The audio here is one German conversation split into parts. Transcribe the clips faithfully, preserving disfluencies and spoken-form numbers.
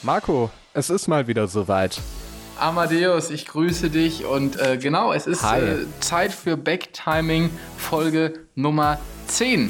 Marco, es ist mal wieder soweit. Amadeus, ich grüße dich und äh, genau, es ist äh, Zeit für Backtiming Folge Nummer zehn.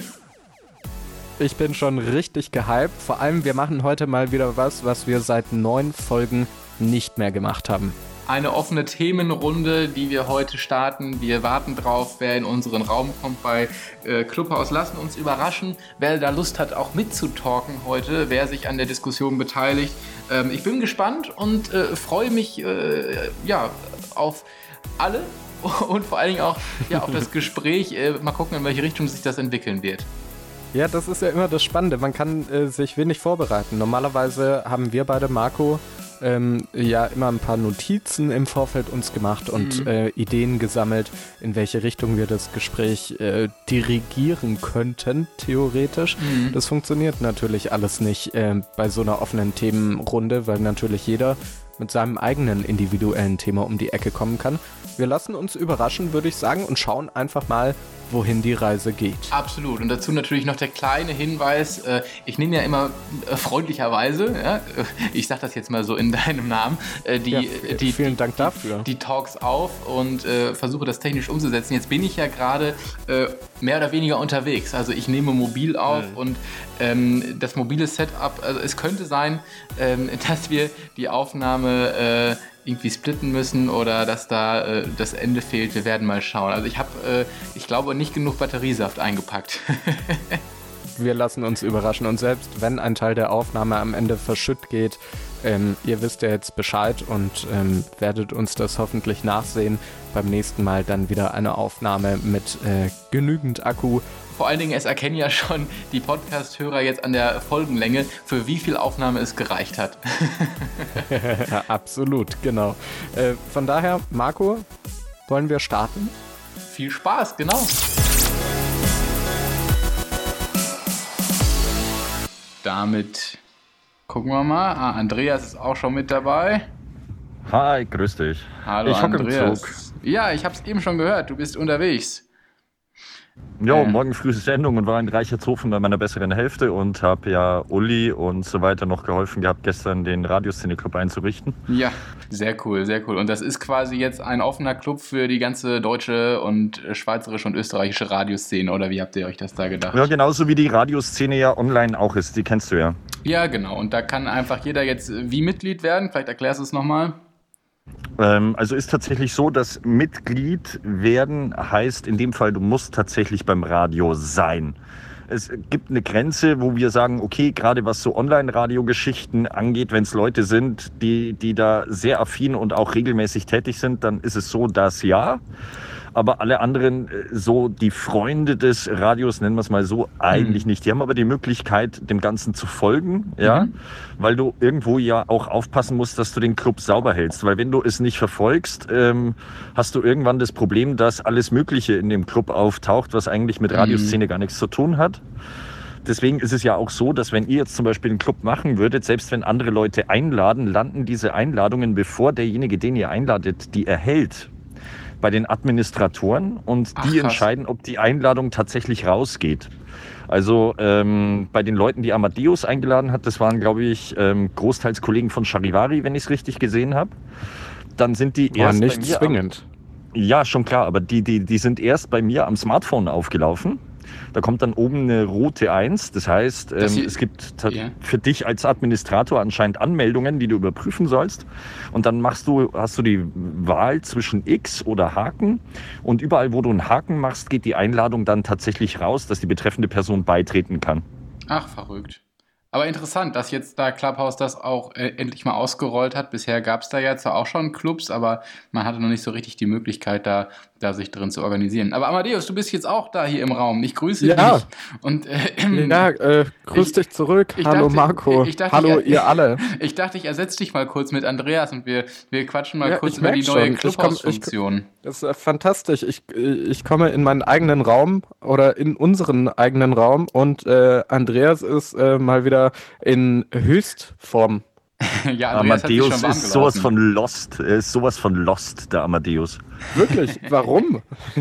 Ich bin schon richtig gehypt, vor allem wir machen heute mal wieder was, was wir seit neun Folgen nicht mehr gemacht haben. Eine offene Themenrunde, die wir heute starten. Wir warten drauf, wer in unseren Raum kommt bei äh, Clubhouse. Lassen uns überraschen, wer da Lust hat, auch mitzutalken heute, wer sich an der Diskussion beteiligt. Ähm, ich bin gespannt und äh, freue mich äh, ja, auf alle und vor allen Dingen auch ja, auf das Gespräch. Äh, mal gucken, in welche Richtung sich das entwickeln wird. Ja, das ist ja immer das Spannende. Man kann äh, sich wenig vorbereiten. Normalerweise haben wir beide, Marco, Ähm, ja immer ein paar Notizen im Vorfeld uns gemacht und mhm. äh, Ideen gesammelt, in welche Richtung wir das Gespräch äh, dirigieren könnten, theoretisch. Mhm. Das funktioniert natürlich alles nicht äh, bei so einer offenen Themenrunde, weil natürlich jeder mit seinem eigenen individuellen Thema um die Ecke kommen kann. Wir lassen uns überraschen, würde ich sagen, und schauen einfach mal, wohin die Reise geht. Absolut. Und dazu natürlich noch der kleine Hinweis, äh, ich nehme ja immer äh, freundlicherweise, ja, ich sage das jetzt mal so in deinem Namen, äh, die, ja, die, vielen die, Dank dafür. Die, die Talks auf und äh, versuche das technisch umzusetzen. Jetzt bin ich ja gerade äh, mehr oder weniger unterwegs. Also ich nehme mobil auf mhm. und ähm, das mobile Setup, also es könnte sein, ähm, dass wir die Aufnahme äh, irgendwie splitten müssen oder dass da äh, das Ende fehlt. Wir werden mal schauen. Also ich habe, äh, ich glaube, nicht genug Batteriesaft eingepackt. Wir lassen uns überraschen und selbst wenn ein Teil der Aufnahme am Ende verschütt geht, ähm, ihr wisst ja jetzt Bescheid und ähm, werdet uns das hoffentlich nachsehen. Beim nächsten Mal dann wieder eine Aufnahme mit äh, genügend Akku. Vor allen Dingen, es erkennen ja schon die Podcast-Hörer jetzt an der Folgenlänge, für wie viel Aufnahme es gereicht hat. Ja, absolut, genau. Äh, von daher, Marco, wollen wir starten? Viel Spaß, genau. Damit gucken wir mal. Ah, Andreas ist auch schon mit dabei. Hi, grüß dich. Hallo ich Andreas. Im Zug. Ja, ich habe es eben schon gehört, du bist unterwegs. Jo, äh. morgen früh ist Sendung und war in Reichertshofen bei meiner besseren Hälfte und habe ja Uli und so weiter noch geholfen gehabt, gestern den Radioszene-Club einzurichten. Ja, sehr cool, sehr cool. Und das ist quasi jetzt ein offener Club für die ganze deutsche und schweizerische und österreichische Radioszene, oder wie habt ihr euch das da gedacht? Ja, genauso wie die Radioszene ja online auch ist, die kennst du ja. Ja, genau. Und da kann einfach jeder jetzt wie Mitglied werden. Vielleicht erklärst du es nochmal. Also ist tatsächlich so, dass Mitglied werden heißt, in dem Fall, du musst tatsächlich beim Radio sein. Es gibt eine Grenze, wo wir sagen, okay, gerade was so Online-Radio-Geschichten angeht, wenn es Leute sind, die, die da sehr affin und auch regelmäßig tätig sind, dann ist es so, dass ja. Aber alle anderen, so die Freunde des Radios, nennen wir es mal so, eigentlich mhm. nicht. Die haben aber die Möglichkeit, dem Ganzen zu folgen, ja, mhm. weil du irgendwo ja auch aufpassen musst, dass du den Club sauber hältst. Weil wenn du es nicht verfolgst, ähm, hast du irgendwann das Problem, dass alles Mögliche in dem Club auftaucht, was eigentlich mit Radioszene mhm. gar nichts zu tun hat. Deswegen ist es ja auch so, dass wenn ihr jetzt zum Beispiel einen Club machen würdet, selbst wenn andere Leute einladen, landen diese Einladungen, bevor derjenige, den ihr einladet, die erhält, bei den Administratoren und die Ach, entscheiden, ob die Einladung tatsächlich rausgeht. Also ähm, bei den Leuten, die Amadeus eingeladen hat, das waren, glaube ich, ähm, großteils Kollegen von Charivari, wenn ich es richtig gesehen habe. Dann sind die War erst nicht bei mir zwingend. Am, ja, schon klar, aber die, die, die sind erst bei mir am Smartphone aufgelaufen. Da kommt dann oben eine rote eins. Das heißt, ähm, Sie, es gibt ta- ja. für dich als Administrator anscheinend Anmeldungen, die du überprüfen sollst. Und dann machst du, hast du die Wahl zwischen X oder Haken. Und überall, wo du einen Haken machst, geht die Einladung dann tatsächlich raus, dass die betreffende Person beitreten kann. Ach, verrückt. Aber interessant, dass jetzt da Clubhouse das auch äh, endlich mal ausgerollt hat. Bisher gab es da ja zwar auch schon Clubs, aber man hatte noch nicht so richtig die Möglichkeit, da, da sich drin zu organisieren. Aber Amadeus, du bist jetzt auch da hier im Raum. Ich grüße ja. dich. Und, äh, ja, äh, grüß ich, dich zurück. Hallo dachte, Marco. Ich, ich dachte, Hallo ich, ihr alle. Ich dachte, ich ersetze dich mal kurz mit Andreas und wir, wir quatschen mal ja, kurz über die neue Clubhouse-Funktion. Das ist äh, fantastisch. Ich, ich komme in meinen eigenen Raum oder in unseren eigenen Raum und äh, Andreas ist äh, mal wieder in Höchstform Ja, Andreas hat sich schon Amadeus warm ist sowas gelaufen. von Lost, er ist sowas von Lost, der Amadeus. Wirklich? Warum?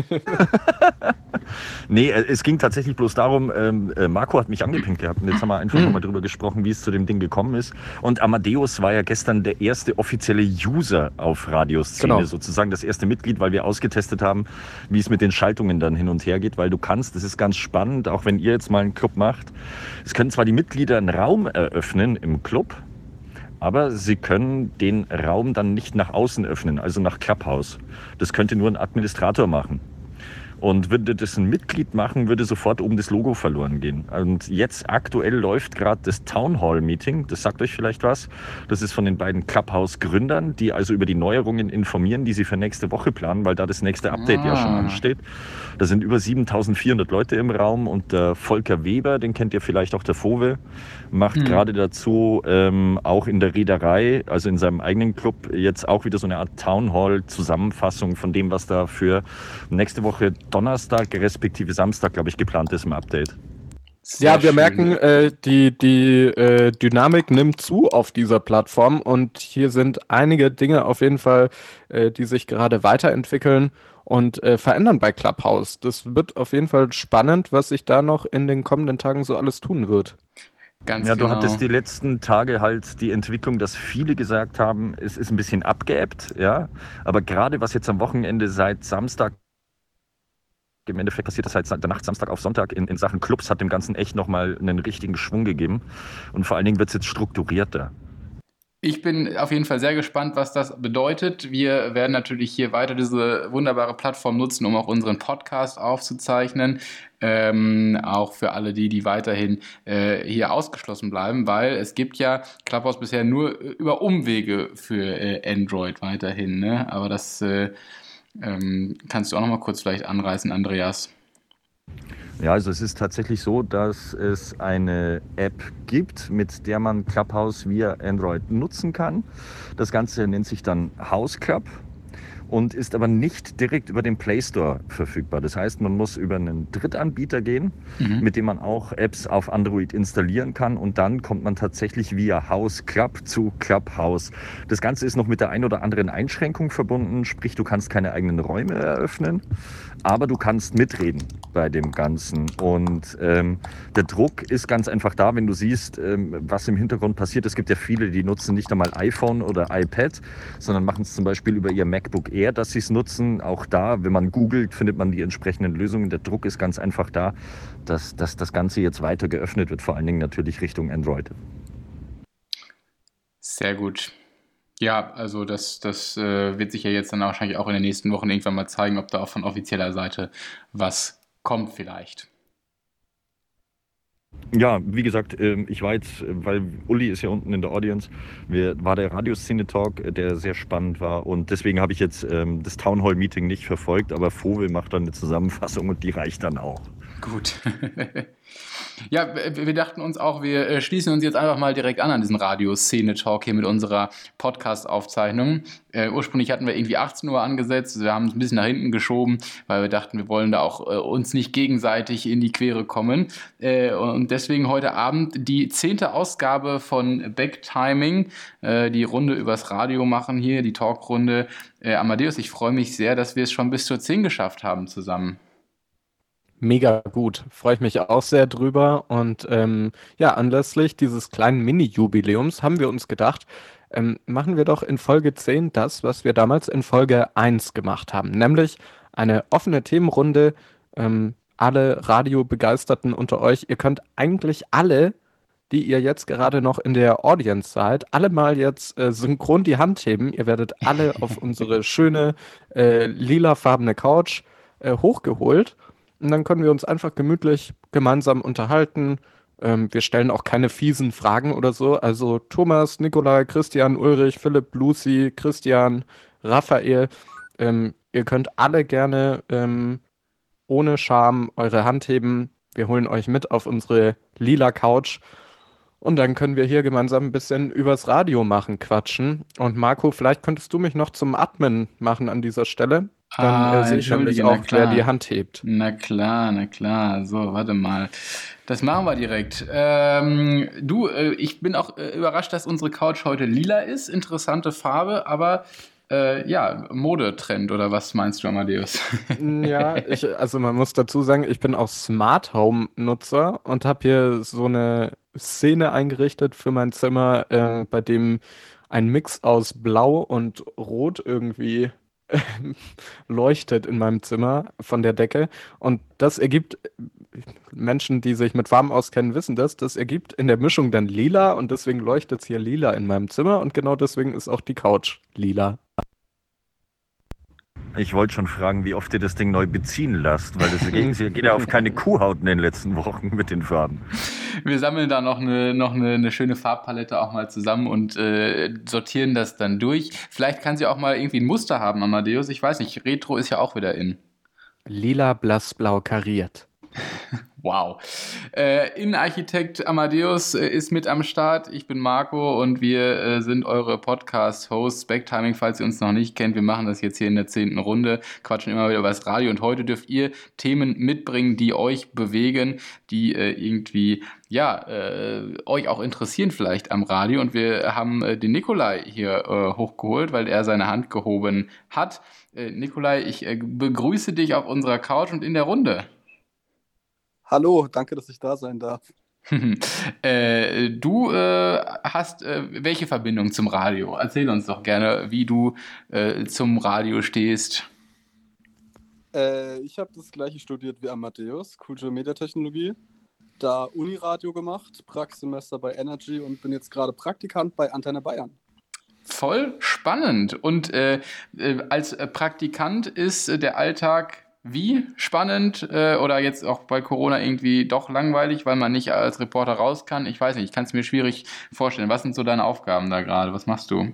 Nee, äh, es ging tatsächlich bloß darum, ähm, äh, Marco hat mich angepinkt gehabt und jetzt haben wir einfach nochmal drüber gesprochen, wie es zu dem Ding gekommen ist. Und Amadeus war ja gestern der erste offizielle User auf Radioszene, Genau. sozusagen das erste Mitglied, weil wir ausgetestet haben, wie es mit den Schaltungen dann hin und her geht, weil du kannst, das ist ganz spannend, auch wenn ihr jetzt mal einen Club macht, es können zwar die Mitglieder einen Raum eröffnen im Club, aber sie können den Raum dann nicht nach außen öffnen, also nach Clubhouse. Das könnte nur ein Administrator machen. Und würde das ein Mitglied machen, würde sofort oben das Logo verloren gehen. Und jetzt aktuell läuft gerade das Town Hall Meeting, das sagt euch vielleicht was. Das ist von den beiden Clubhouse-Gründern, die also über die Neuerungen informieren, die sie für nächste Woche planen, weil da das nächste Update Ah. ja schon ansteht. Da sind über siebentausendvierhundert Leute im Raum und der Volker Weber, den kennt ihr vielleicht auch, der Fove, macht Hm. gerade dazu ähm, auch in der Reederei, also in seinem eigenen Club, jetzt auch wieder so eine Art Town Hall Zusammenfassung von dem, was da für nächste Woche Donnerstag respektive Samstag, glaube ich, geplant ist im Update. Sehr Ja, wir schön. merken, äh, die, die äh, Dynamik nimmt zu auf dieser Plattform und hier sind einige Dinge auf jeden Fall, äh, die sich gerade weiterentwickeln und äh, verändern bei Clubhouse. Das wird auf jeden Fall spannend, was sich da noch in den kommenden Tagen so alles tun wird. Ganz Ja, du genau. hattest die letzten Tage halt die Entwicklung, dass viele gesagt haben, es ist ein bisschen abgeebbt, ja. Aber gerade was jetzt am Wochenende seit Samstag, im Endeffekt passiert das halt seit der Nacht Samstag auf Sonntag in, in Sachen Clubs, hat dem Ganzen echt nochmal einen richtigen Schwung gegeben. Und vor allen Dingen wird es jetzt strukturierter. Ich bin auf jeden Fall sehr gespannt, was das bedeutet. Wir werden natürlich hier weiter diese wunderbare Plattform nutzen, um auch unseren Podcast aufzuzeichnen. Ähm, auch für alle die, die weiterhin äh, hier ausgeschlossen bleiben, weil es gibt ja Clubhouse bisher nur über Umwege für äh, Android weiterhin. Ne? Aber das äh, ähm, kannst du auch noch mal kurz vielleicht anreißen, Andreas. Ja, also es ist tatsächlich so, dass es eine App gibt, mit der man Clubhouse via Android nutzen kann. Das Ganze nennt sich dann House Club und ist aber nicht direkt über den Play Store verfügbar. Das heißt, man muss über einen Drittanbieter gehen, Mhm. mit dem man auch Apps auf Android installieren kann und dann kommt man tatsächlich via House Club zu Clubhouse. Das Ganze ist noch mit der ein oder anderen Einschränkung verbunden, sprich du kannst keine eigenen Räume eröffnen, aber du kannst mitreden bei dem Ganzen und ähm, der Druck ist ganz einfach da, wenn du siehst, ähm, was im Hintergrund passiert. Es gibt ja viele, die nutzen nicht einmal iPhone oder iPad, sondern machen es zum Beispiel über ihr MacBook Air, dass sie es nutzen. Auch da, wenn man googelt, findet man die entsprechenden Lösungen. Der Druck ist ganz einfach da, dass, dass das Ganze jetzt weiter geöffnet wird, vor allen Dingen natürlich Richtung Android. Sehr gut. Ja, also das, das äh, wird sich ja jetzt dann wahrscheinlich auch in den nächsten Wochen irgendwann mal zeigen, ob da auch von offizieller Seite was kommt vielleicht. Ja, wie gesagt, ähm, ich war jetzt, äh, weil Uli ist ja unten in der Audience, wir, war der Radioszene-Talk, äh, der sehr spannend war und deswegen habe ich jetzt ähm, das Town Hall Meeting nicht verfolgt, aber Vogel macht dann eine Zusammenfassung und die reicht dann auch. Gut. Ja, wir wir dachten uns auch, wir äh, schließen uns jetzt einfach mal direkt an an diesen Radio-Szene-Talk hier mit unserer Podcast-Aufzeichnung. Äh, ursprünglich hatten wir irgendwie achtzehn Uhr angesetzt, wir haben es ein bisschen nach hinten geschoben, weil wir dachten, wir wollen da auch äh, uns nicht gegenseitig in die Quere kommen. Äh, und deswegen heute Abend die zehnte Ausgabe von Backtiming, äh, die Runde übers Radio machen hier, die Talkrunde. Äh, Amadeus, ich freue mich sehr, dass wir es schon bis zur zehn geschafft haben zusammen. Mega gut, freue ich mich auch sehr drüber und ähm, ja, anlässlich dieses kleinen Mini-Jubiläums haben wir uns gedacht, ähm, machen wir doch in Folge zehn das, was wir damals in Folge eins gemacht haben, nämlich eine offene Themenrunde. Ähm, alle Radiobegeisterten unter euch, ihr könnt eigentlich alle, die ihr jetzt gerade noch in der Audience seid, alle mal jetzt äh, synchron die Hand heben. Ihr werdet alle auf unsere schöne äh, lilafarbene Couch äh, hochgeholt. Und dann können wir uns einfach gemütlich gemeinsam unterhalten. Ähm, wir stellen auch keine fiesen Fragen oder so. Also Thomas, Nikolai, Christian, Ulrich, Philipp, Lucy, Christian, Raphael, ähm, ihr könnt alle gerne ähm, ohne Scham eure Hand heben. Wir holen euch mit auf unsere lila Couch. Und dann können wir hier gemeinsam ein bisschen übers Radio machen, quatschen. Und Marco, vielleicht könntest du mich noch zum Admin machen an dieser Stelle. Dann äh, Ah, sehe ich nämlich entschuldige, na auch, wer die klar. Hand hebt. Na klar, na klar. So, warte mal. Das machen wir direkt. Ähm, du, äh, ich bin auch äh, überrascht, dass unsere Couch heute lila ist. Interessante Farbe, aber äh, ja, Modetrend oder was meinst du, Amadeus? Mm, Ja, ich, also man muss dazu sagen, ich bin auch Smart Home Nutzer und habe hier so eine Szene eingerichtet für mein Zimmer, äh, bei dem ein Mix aus Blau und Rot irgendwie leuchtet in meinem Zimmer von der Decke. Und das ergibt, Menschen, die sich mit Farben auskennen, wissen das, das ergibt in der Mischung dann lila und deswegen leuchtet es hier lila in meinem Zimmer und genau deswegen ist auch die Couch lila. Ich wollte schon fragen, wie oft ihr das Ding neu beziehen lasst, weil das geht, geht ja auf keine Kuhhaut in den letzten Wochen mit den Farben. Wir sammeln da noch eine, noch eine, eine schöne Farbpalette auch mal zusammen und äh, sortieren das dann durch. Vielleicht kann sie auch mal irgendwie ein Muster haben, Amadeus. Ich weiß nicht, Retro ist ja auch wieder in. Lila, blassblau kariert. Wow. Äh, Innenarchitekt Amadeus äh, ist mit am Start. Ich bin Marco und wir äh, sind eure Podcast-Hosts. Backtiming, falls ihr uns noch nicht kennt. Wir machen das jetzt hier in der zehnten Runde, quatschen immer wieder über das Radio und heute dürft ihr Themen mitbringen, die euch bewegen, die äh, irgendwie, ja, äh, euch auch interessieren vielleicht am Radio. Und wir haben äh, den Nikolai hier äh, hochgeholt, weil er seine Hand gehoben hat. Äh, Nikolai, ich äh, begrüße dich auf unserer Couch und in der Runde. Hallo, danke, dass ich da sein darf. äh, du äh, hast äh, welche Verbindung zum Radio? Erzähl uns doch gerne, wie du äh, zum Radio stehst. Äh, ich habe das gleiche studiert wie Amadeus, Kultur- und Mediatechnologie. Da Uniradio gemacht, Praxissemester bei Energy und bin jetzt gerade Praktikant bei Antenne Bayern. Voll spannend. Und äh, äh, als Praktikant ist äh, der Alltag wie spannend äh, oder jetzt auch bei Corona irgendwie doch langweilig, weil man nicht als Reporter raus kann? Ich weiß nicht, ich kann es mir schwierig vorstellen. Was sind so deine Aufgaben da gerade? Was machst du?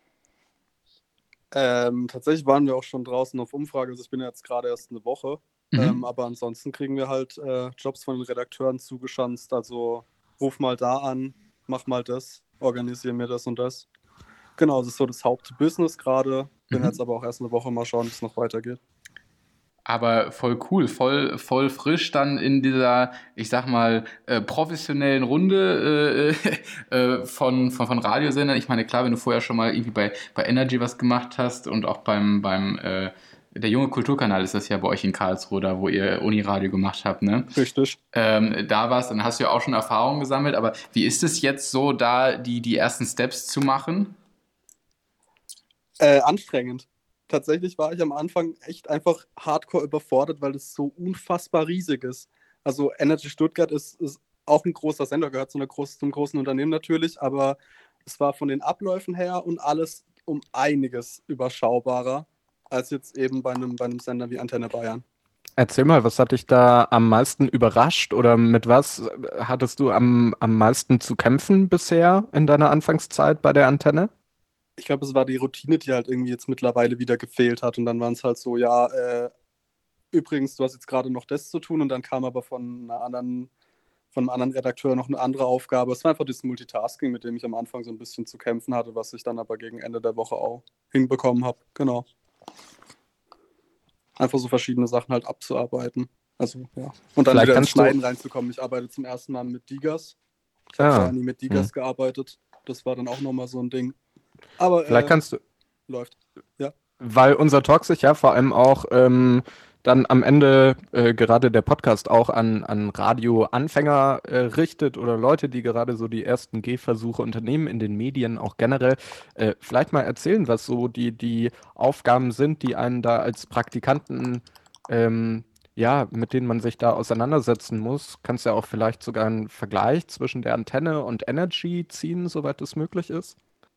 Ähm, tatsächlich waren wir auch schon draußen auf Umfrage, also ich bin jetzt gerade erst eine Woche. Mhm. Ähm, aber ansonsten kriegen wir halt äh, Jobs von den Redakteuren zugeschanzt. Also ruf mal da an, mach mal das, organisier mir das und das. Genau, das ist so das Hauptbusiness gerade. Bin Mhm. jetzt aber auch erst eine Woche, mal schauen, wie es noch weitergeht. Aber voll cool, voll, voll frisch dann in dieser, ich sag mal, äh, professionellen Runde äh, äh, von, von, von Radiosendern. Ich meine, klar, wenn du vorher schon mal irgendwie bei, bei Energy was gemacht hast und auch beim, beim äh, der junge Kulturkanal ist das ja bei euch in Karlsruhe, da wo ihr Uniradio gemacht habt, ne? Richtig. Ähm, da warst, dann hast du ja auch schon Erfahrungen gesammelt, aber wie ist es jetzt so, da die, die ersten Steps zu machen? Äh, anstrengend. Tatsächlich war ich am Anfang echt einfach hardcore überfordert, weil es so unfassbar riesig ist. Also Energy Stuttgart ist, ist auch ein großer Sender, gehört zu einer groß, zum großen Unternehmen natürlich, aber es war von den Abläufen her und alles um einiges überschaubarer als jetzt eben bei einem, bei einem Sender wie Antenne Bayern. Erzähl mal, was hat dich da am meisten überrascht oder mit was hattest du am, am meisten zu kämpfen bisher in deiner Anfangszeit bei der Antenne? Ich glaube, es war die Routine, die halt irgendwie jetzt mittlerweile wieder gefehlt hat. Und dann waren es halt so, ja, äh, übrigens, du hast jetzt gerade noch das zu tun. Und dann kam aber von einer anderen, von einem anderen Redakteur noch eine andere Aufgabe. Es war einfach dieses Multitasking, mit dem ich am Anfang so ein bisschen zu kämpfen hatte, was ich dann aber gegen Ende der Woche auch hinbekommen habe. Genau. Einfach so verschiedene Sachen halt abzuarbeiten. Also, ja. Und dann Vielleicht wieder ins kannst du- Schneiden reinzukommen. Ich arbeite zum ersten Mal mit Digas. Ich habe Ah. vorher nie mit Digas Hm. gearbeitet. Das war dann auch nochmal so ein Ding. Aber Vielleicht äh, kannst du, läuft. weil unser Talk sich ja vor allem auch ähm, dann am Ende äh, gerade der Podcast auch an, an Radioanfänger äh, richtet oder Leute, die gerade so die ersten Gehversuche unternehmen in den Medien auch generell. Äh, vielleicht mal erzählen, was so die, die Aufgaben sind, die einen da als Praktikanten, ähm, ja, mit denen man sich da auseinandersetzen muss. Kannst ja auch vielleicht sogar einen Vergleich zwischen der Antenne und Energy ziehen, soweit es möglich ist.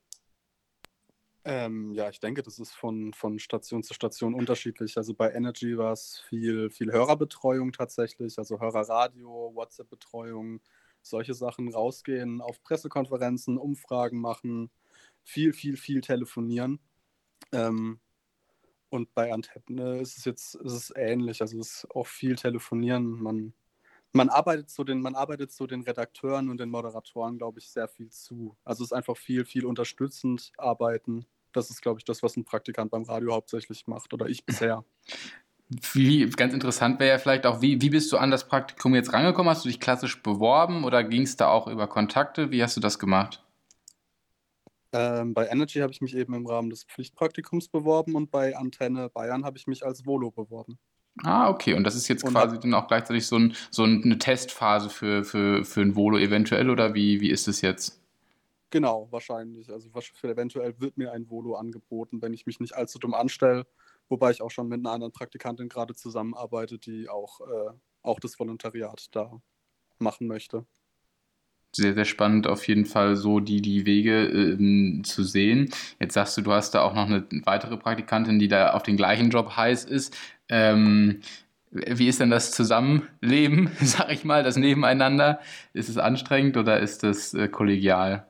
Ähm, ja, ich denke, das ist von, von Station zu Station unterschiedlich. Also bei Energy war es viel, viel Hörerbetreuung tatsächlich, also Hörerradio, WhatsApp-Betreuung, solche Sachen, rausgehen, auf Pressekonferenzen, Umfragen machen, viel, viel, viel telefonieren. Ähm, und bei Antenne ist es jetzt ist es ähnlich, also es ist auch viel telefonieren. Man, man arbeitet so den, man arbeitet so den Redakteuren und den Moderatoren, glaube ich, sehr viel zu. Also es ist einfach viel, viel unterstützend arbeiten. das ist, glaube ich, das, was ein Praktikant beim Radio hauptsächlich macht, oder ich bisher. Wie, ganz interessant wäre ja vielleicht auch, wie, wie bist du an das Praktikum jetzt rangekommen? Hast du dich klassisch beworben oder ging es da auch über Kontakte? Wie hast du das gemacht? Ähm, bei Energy habe ich mich eben im Rahmen des Pflichtpraktikums beworben und bei Antenne Bayern habe ich mich als Volo beworben. Ah, okay. Und das ist jetzt Und quasi hab, dann auch gleichzeitig so, ein, so eine Testphase für, für, für ein Volo eventuell oder wie, wie ist es jetzt? genau, wahrscheinlich. Also für eventuell wird mir ein Volo angeboten, wenn ich mich nicht allzu dumm anstelle. Wobei ich auch schon mit einer anderen Praktikantin gerade zusammenarbeite, die auch, äh, auch das Volontariat da machen möchte. Sehr, sehr spannend auf jeden Fall so die, die Wege ähm, zu sehen. Jetzt sagst du, du hast da auch noch eine weitere Praktikantin, die da auf den gleichen Job heiß ist. Ähm, wie ist denn das Zusammenleben, sag ich mal, das Nebeneinander? Ist es anstrengend oder ist es äh, kollegial?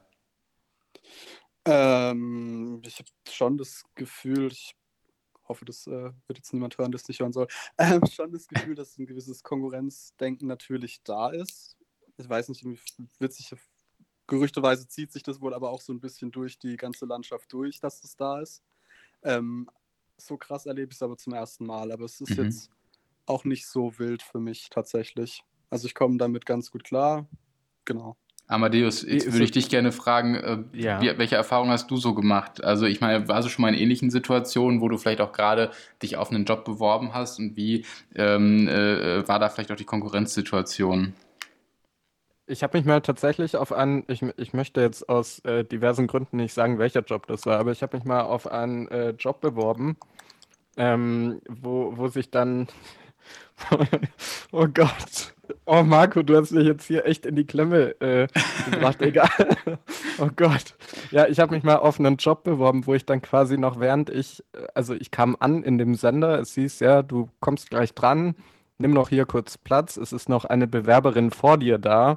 Ähm, ich habe schon das Gefühl, ich hoffe, das äh, wird jetzt niemand hören, das nicht hören soll, ähm, schon das Gefühl, dass ein gewisses Konkurrenzdenken natürlich da ist. Ich weiß nicht, wie witzig, gerüchteweise zieht sich das wohl aber auch so ein bisschen durch die ganze Landschaft durch, dass es da ist. Ähm, so krass erlebe ich es aber zum ersten Mal, aber es ist Mhm. jetzt auch nicht so wild für mich tatsächlich. Also ich komme damit ganz gut klar, genau. Amadeus, Wie jetzt ist würde ich es- dich gerne fragen, äh, Ja. wie, welche Erfahrungen hast du so gemacht? Also ich meine, warst du schon mal in ähnlichen Situationen, wo du vielleicht auch gerade dich auf einen Job beworben hast und wie ähm, äh, war da vielleicht auch die Konkurrenzsituation? Ich habe mich mal tatsächlich auf einen, ich, ich möchte jetzt aus äh, diversen Gründen nicht sagen, welcher Job das war, aber ich habe mich mal auf einen äh, Job beworben, ähm, wo, wo sich dann, oh Gott, oh Marco, du hast mich jetzt hier echt in die Klemme äh, gebracht, egal, oh Gott. Ja, ich habe mich mal auf einen Job beworben, wo ich dann quasi noch während ich, äh, also ich kam an in dem Sender, es hieß ja, du kommst gleich dran, nimm noch hier kurz Platz, es ist noch eine Bewerberin vor dir da.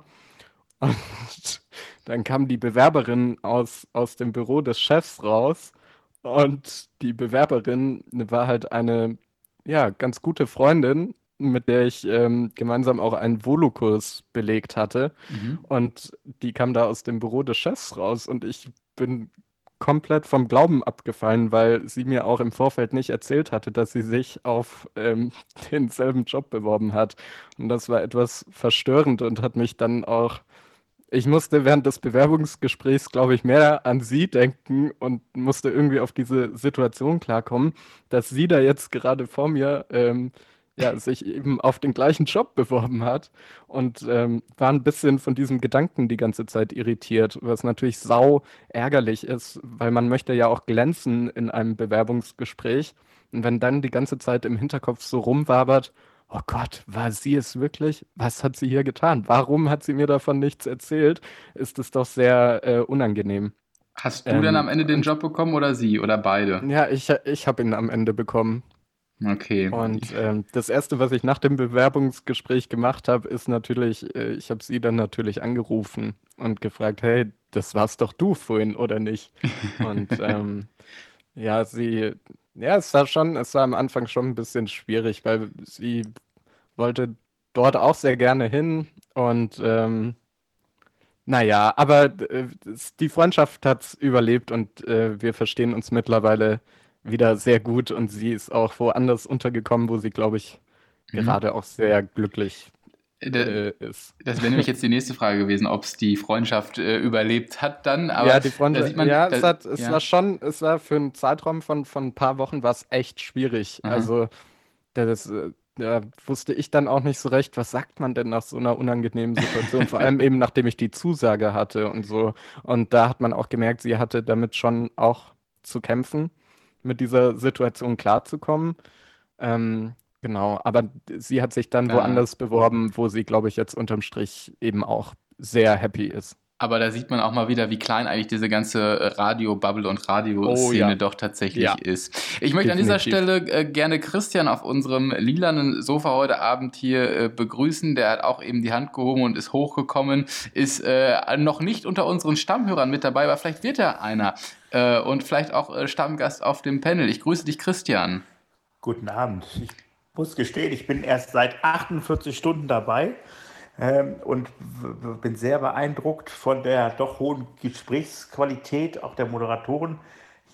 Und dann kam die Bewerberin aus, aus dem Büro des Chefs raus und die Bewerberin war halt eine, ja, ganz gute Freundin, mit der ich ähm, gemeinsam auch einen Volokurs belegt hatte. Mhm. Und die kam da aus dem Büro des Chefs raus und ich bin komplett vom Glauben abgefallen, weil sie mir auch im Vorfeld nicht erzählt hatte, dass sie sich auf ähm, denselben Job beworben hat. Und das war etwas verstörend und hat mich dann auch ich musste während des Bewerbungsgesprächs, glaube ich, mehr an sie denken und musste irgendwie auf diese Situation klarkommen, dass sie da jetzt gerade vor mir ähm, ja, sich eben auf den gleichen Job beworben hat und ähm, war ein bisschen von diesem Gedanken die ganze Zeit irritiert, was natürlich sau ärgerlich ist, weil man möchte ja auch glänzen in einem Bewerbungsgespräch. Und wenn dann die ganze Zeit im Hinterkopf so rumwabert, oh Gott, war sie es wirklich? Was hat sie hier getan? Warum hat sie mir davon nichts erzählt? Ist es doch sehr äh, unangenehm. Hast du dann am Ähm, Ende den und Job bekommen oder sie oder beide? ja, ich, ich habe ihn am Ende bekommen. Okay. Und ähm, das Erste, was ich nach dem Bewerbungsgespräch gemacht habe, ist natürlich, äh, ich habe sie dann natürlich angerufen und gefragt, hey, das warst doch du vorhin, oder nicht? Und ähm, ja, sie, ja, es war schon, es war am Anfang schon ein bisschen schwierig, weil sie wollte dort auch sehr gerne hin und ähm, naja, aber äh, es- die Freundschaft hat überlebt und äh, wir verstehen uns mittlerweile wieder sehr gut und sie ist auch woanders untergekommen, wo sie, glaube ich, Mhm. gerade auch sehr glücklich Da- äh, ist. Das wäre nämlich jetzt die nächste Frage gewesen, ob es die Freundschaft äh, überlebt hat dann, aber Ja, die da Freunde, sieht man, ja, da, es hat, es war ja, schon, es war für einen Zeitraum von, von ein paar Wochen war es echt schwierig. aha. Also, das, äh, da wusste ich dann auch nicht so recht, was sagt man denn nach so einer unangenehmen Situation, vor allem eben nachdem ich die Zusage hatte und so. Und da hat man auch gemerkt, sie hatte damit schon auch zu kämpfen, mit dieser Situation klarzukommen. Ähm, genau, aber sie hat sich dann Da, woanders beworben, wo sie, glaube ich, jetzt unterm Strich eben auch sehr happy ist. aber da sieht man auch mal wieder, wie klein eigentlich diese ganze äh, Radio-Bubble und Oh Radioszene ja, doch tatsächlich ja, ist. Ich möchte an dieser definitiv. Stelle äh, gerne Christian auf unserem lilanen Sofa heute Abend hier äh, begrüßen. Der hat auch eben die Hand gehoben und ist hochgekommen, ist äh, noch nicht unter unseren Stammhörern mit dabei, aber vielleicht wird er einer. Äh, und vielleicht auch äh, Stammgast auf dem Panel. Ich grüße dich, Christian. Guten Abend. Ich muss gestehen, ich bin erst seit achtundvierzig Stunden dabei ähm, und w- w- bin sehr beeindruckt von der doch hohen Gesprächsqualität auch der Moderatoren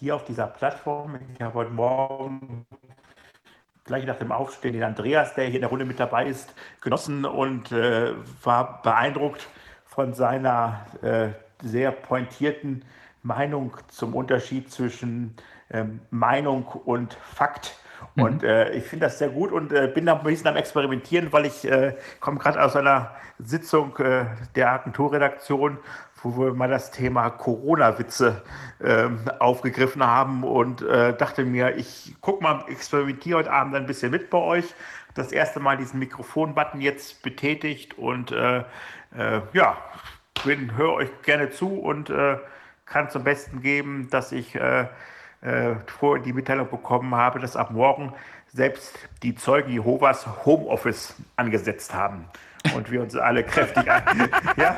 hier auf dieser Plattform. Ich habe heute Morgen gleich nach dem Aufstehen den Andreas, der hier in der Runde mit dabei ist, genossen und äh, war beeindruckt von seiner äh, sehr pointierten Meinung zum Unterschied zwischen ähm, Meinung und Fakt. Mhm. Und äh, ich finde das sehr gut und äh, bin da ein bisschen am Experimentieren, weil ich äh, komme gerade aus einer Sitzung äh, der Agenturredaktion, wo wir mal das Thema Corona-Witze äh, aufgegriffen haben und äh, dachte mir, ich gucke mal, experimentiere heute Abend ein bisschen mit bei euch. Das erste Mal diesen Mikrofon-Button jetzt betätigt und äh, äh, ja, bin, höre euch gerne zu und äh, kann zum Besten geben, dass ich äh, äh, vorher die Mitteilung bekommen habe, dass ab morgen selbst die Zeugen Jehovas Homeoffice angesetzt haben. Und wir uns alle kräftig an. Ja?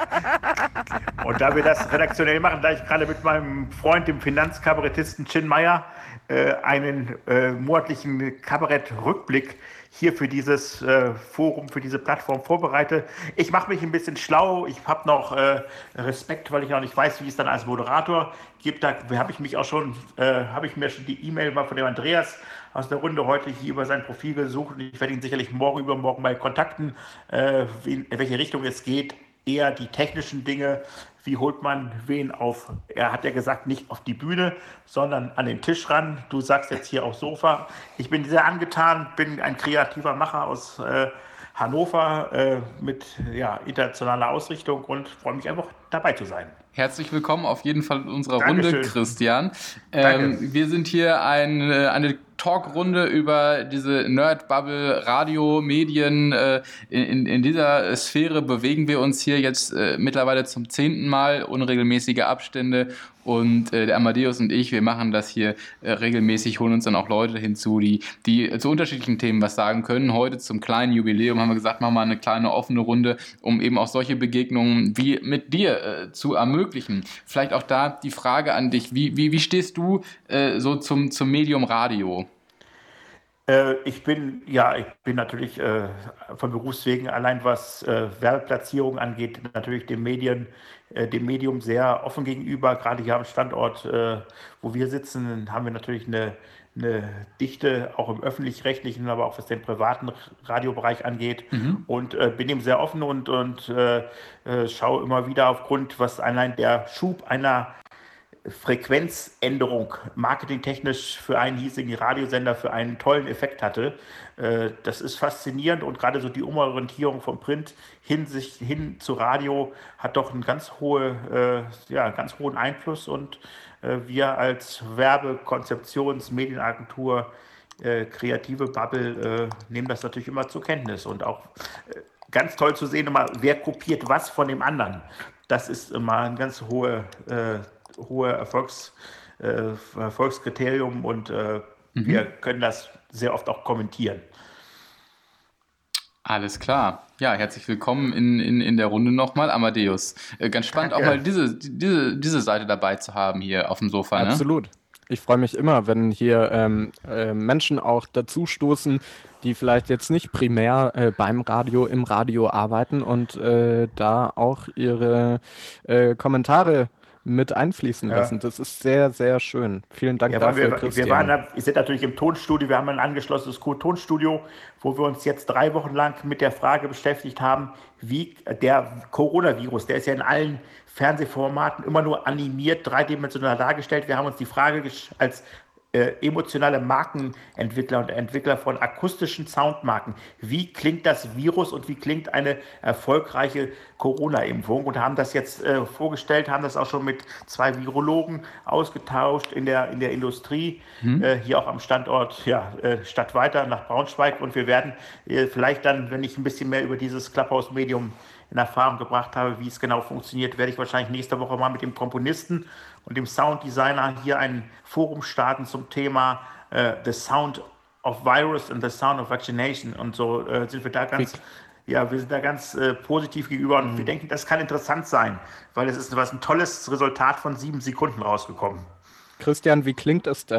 Und da wir das redaktionell machen, da ich gerade mit meinem Freund, dem Finanzkabarettisten Chin Meyer, äh, einen äh, monatlichen Kabarett-Rückblick hier für dieses äh, Forum, für diese Plattform vorbereite. Ich mache mich ein bisschen schlau. Ich habe noch äh, Respekt, weil ich noch nicht weiß, wie es dann als Moderator gibt. Da habe ich mich auch schon, äh, habe ich mir schon die E-Mail mal von dem Andreas aus der Runde heute hier über sein Profil gesucht und ich werde ihn sicherlich morgen übermorgen mal kontakten, äh, in welche Richtung es geht. Eher die technischen Dinge, wie holt man wen auf, er hat ja gesagt, nicht auf die Bühne, sondern an den Tisch ran. Du sagst jetzt hier aufs Sofa. Ich bin sehr angetan, bin ein kreativer Macher aus äh, Hannover äh, mit ja, internationaler Ausrichtung und freue mich einfach dabei zu sein. Herzlich willkommen auf jeden Fall in unserer Dankeschön. Runde, Christian. Ähm, wir sind hier ein, eine Talkrunde über diese Nerd-Bubble, Radio, Medien. Äh, in, in dieser Sphäre bewegen wir uns hier jetzt äh, mittlerweile zum zehnten Mal, unregelmäßige Abstände. Und äh, der Amadeus und ich, wir machen das hier äh, regelmäßig, holen uns dann auch Leute hinzu, die, die zu unterschiedlichen Themen was sagen können. Heute zum kleinen Jubiläum haben wir gesagt, machen wir eine kleine offene Runde, um eben auch solche Begegnungen wie mit dir äh, zu ermöglichen. Vielleicht auch da die Frage an dich, wie, wie, wie stehst du äh, so zum, zum Medium Radio? Äh, ich bin, ja, ich bin natürlich äh, von Berufswegen allein was äh, Werbeplatzierung angeht, natürlich dem Medien, äh, dem Medium sehr offen gegenüber. Gerade hier am Standort, äh, wo wir sitzen, haben wir natürlich eine, eine Dichte, auch im öffentlich-rechtlichen, aber auch was den privaten Radiobereich angeht. Mhm. Und äh, bin dem sehr offen und, und äh, äh, schaue immer wieder aufgrund, was allein der Schub einer Frequenzänderung marketingtechnisch für einen hiesigen Radiosender für einen tollen Effekt hatte. Das ist faszinierend und gerade so die Umorientierung vom Print hin, sich, hin zu Radio hat doch einen ganz, hohe, ja, ganz hohen Einfluss und wir als Werbekonzeptions-, Medienagentur, kreative Bubble nehmen das natürlich immer zur Kenntnis und auch ganz toll zu sehen, immer, wer kopiert was von dem anderen. Das ist immer ein ganz hohe hohe Erfolgs, äh, Erfolgskriterium und äh, mhm. wir können das sehr oft auch kommentieren. Alles klar. Ja, herzlich willkommen in, in, in der Runde nochmal. Amadeus, äh, ganz spannend Danke. Auch mal diese, diese, diese Seite dabei zu haben hier auf dem Sofa. Absolut. Ne? Ich freue mich immer, wenn hier ähm, äh, Menschen auch dazu stoßen, die vielleicht jetzt nicht primär äh, beim Radio, im Radio arbeiten und äh, da auch ihre äh, Kommentare mit einfließen ja. lassen. Das ist sehr, sehr schön. Vielen Dank ja, dafür, wir, Christian. Wir, waren, wir sind natürlich im Tonstudio, wir haben ein angeschlossenes Tonstudio, wo wir uns jetzt drei Wochen lang mit der Frage beschäftigt haben, wie der Coronavirus, der ist ja in allen Fernsehformaten immer nur animiert, dreidimensional dargestellt. Wir haben uns die Frage als Äh, emotionale Markenentwickler und Entwickler von akustischen Soundmarken. Wie klingt das Virus und wie klingt eine erfolgreiche Corona-Impfung? Und haben das jetzt äh, vorgestellt, haben das auch schon mit zwei Virologen ausgetauscht in der, in der Industrie, mhm. äh, hier auch am Standort ja, äh, Stadtweiter nach Braunschweig. Und wir werden äh, vielleicht dann, wenn ich ein bisschen mehr über dieses Clubhouse-Medium in Erfahrung gebracht habe, wie es genau funktioniert, werde ich wahrscheinlich nächste Woche mal mit dem Komponisten und dem Sounddesigner hier ein Forum starten zum Thema äh, The Sound of Virus and the Sound of Vaccination. Und so äh, sind wir da ganz, ja, wir sind da ganz äh, positiv gegenüber und mhm. wir denken, das kann interessant sein, weil es ist was ein tolles Resultat von sieben Sekunden rausgekommen. Christian, wie klingt es denn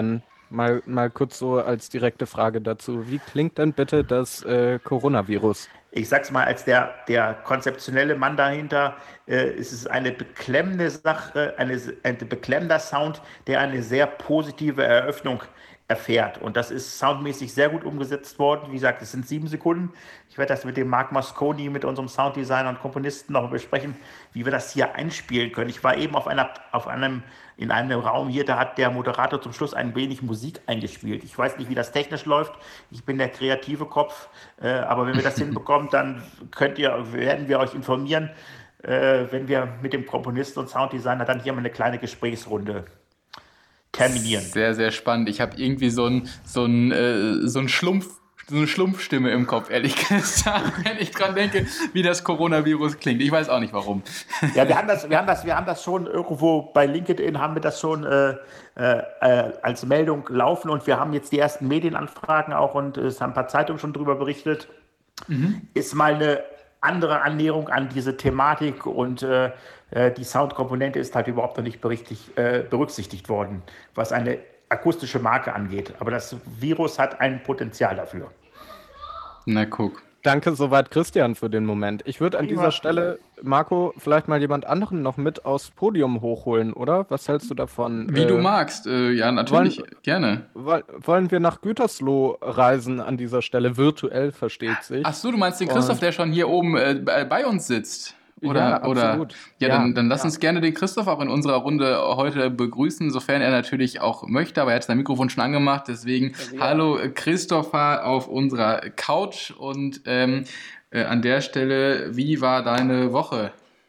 Mal, mal kurz so als direkte Frage dazu. Wie klingt denn bitte das äh, Coronavirus? Ich sag's mal, als der, der konzeptionelle Mann dahinter, äh, ist es eine beklemmende Sache, eine, ein beklemmender Sound, der eine sehr positive Eröffnung erfährt. Und das ist soundmäßig sehr gut umgesetzt worden. Wie gesagt, es sind sieben Sekunden. Ich werde das mit dem Marc Mosconi, mit unserem Sounddesigner und Komponisten noch besprechen, wie wir das hier einspielen können. Ich war eben auf einer, auf einem, in einem Raum hier, da hat der Moderator zum Schluss ein wenig Musik eingespielt. Ich weiß nicht, wie das technisch läuft. Ich bin der kreative Kopf. Äh, aber wenn wir das hinbekommen, dann könnt ihr, werden wir euch informieren, äh, wenn wir mit dem Komponisten und Sounddesigner dann hier mal eine kleine Gesprächsrunde terminieren. Sehr, sehr spannend. Ich habe irgendwie so ein, so ein, äh, so ein Schlumpf, so eine Schlumpfstimme im Kopf, ehrlich gesagt, wenn ich dran denke, wie das Coronavirus klingt. Ich weiß auch nicht warum. Ja, wir haben das, wir haben das, wir haben das schon irgendwo bei LinkedIn haben wir das schon äh, äh, als Meldung laufen und wir haben jetzt die ersten Medienanfragen auch und es haben ein paar Zeitungen schon drüber berichtet. Mhm. Ist mal eine andere Annäherung an diese Thematik und äh, die Soundkomponente ist halt überhaupt noch nicht berichtigt, äh, berücksichtigt worden, was eine akustische Marke angeht. Aber das Virus hat ein Potenzial dafür. Na guck. Danke soweit, Christian, für den Moment. Ich würde an dieser Stelle, Marco, vielleicht mal jemand anderen noch mit aufs Podium hochholen, oder? Was hältst du davon? Wie äh, du magst. Äh, ja, natürlich, wollen, gerne. Wollen wir nach Gütersloh reisen an dieser Stelle? Virtuell, versteht sich. Ach so, du meinst den Christoph, Und, der schon hier oben äh, bei uns sitzt? Oder, ja, absolut. Oder, ja, ja, dann, dann lass ja. uns gerne den Christoph auch in unserer Runde heute begrüßen, sofern er natürlich auch möchte, aber er hat sein Mikrofon schon angemacht, deswegen ja. Hallo Christopher auf unserer Couch und ähm, äh, an der Stelle, wie war deine Woche?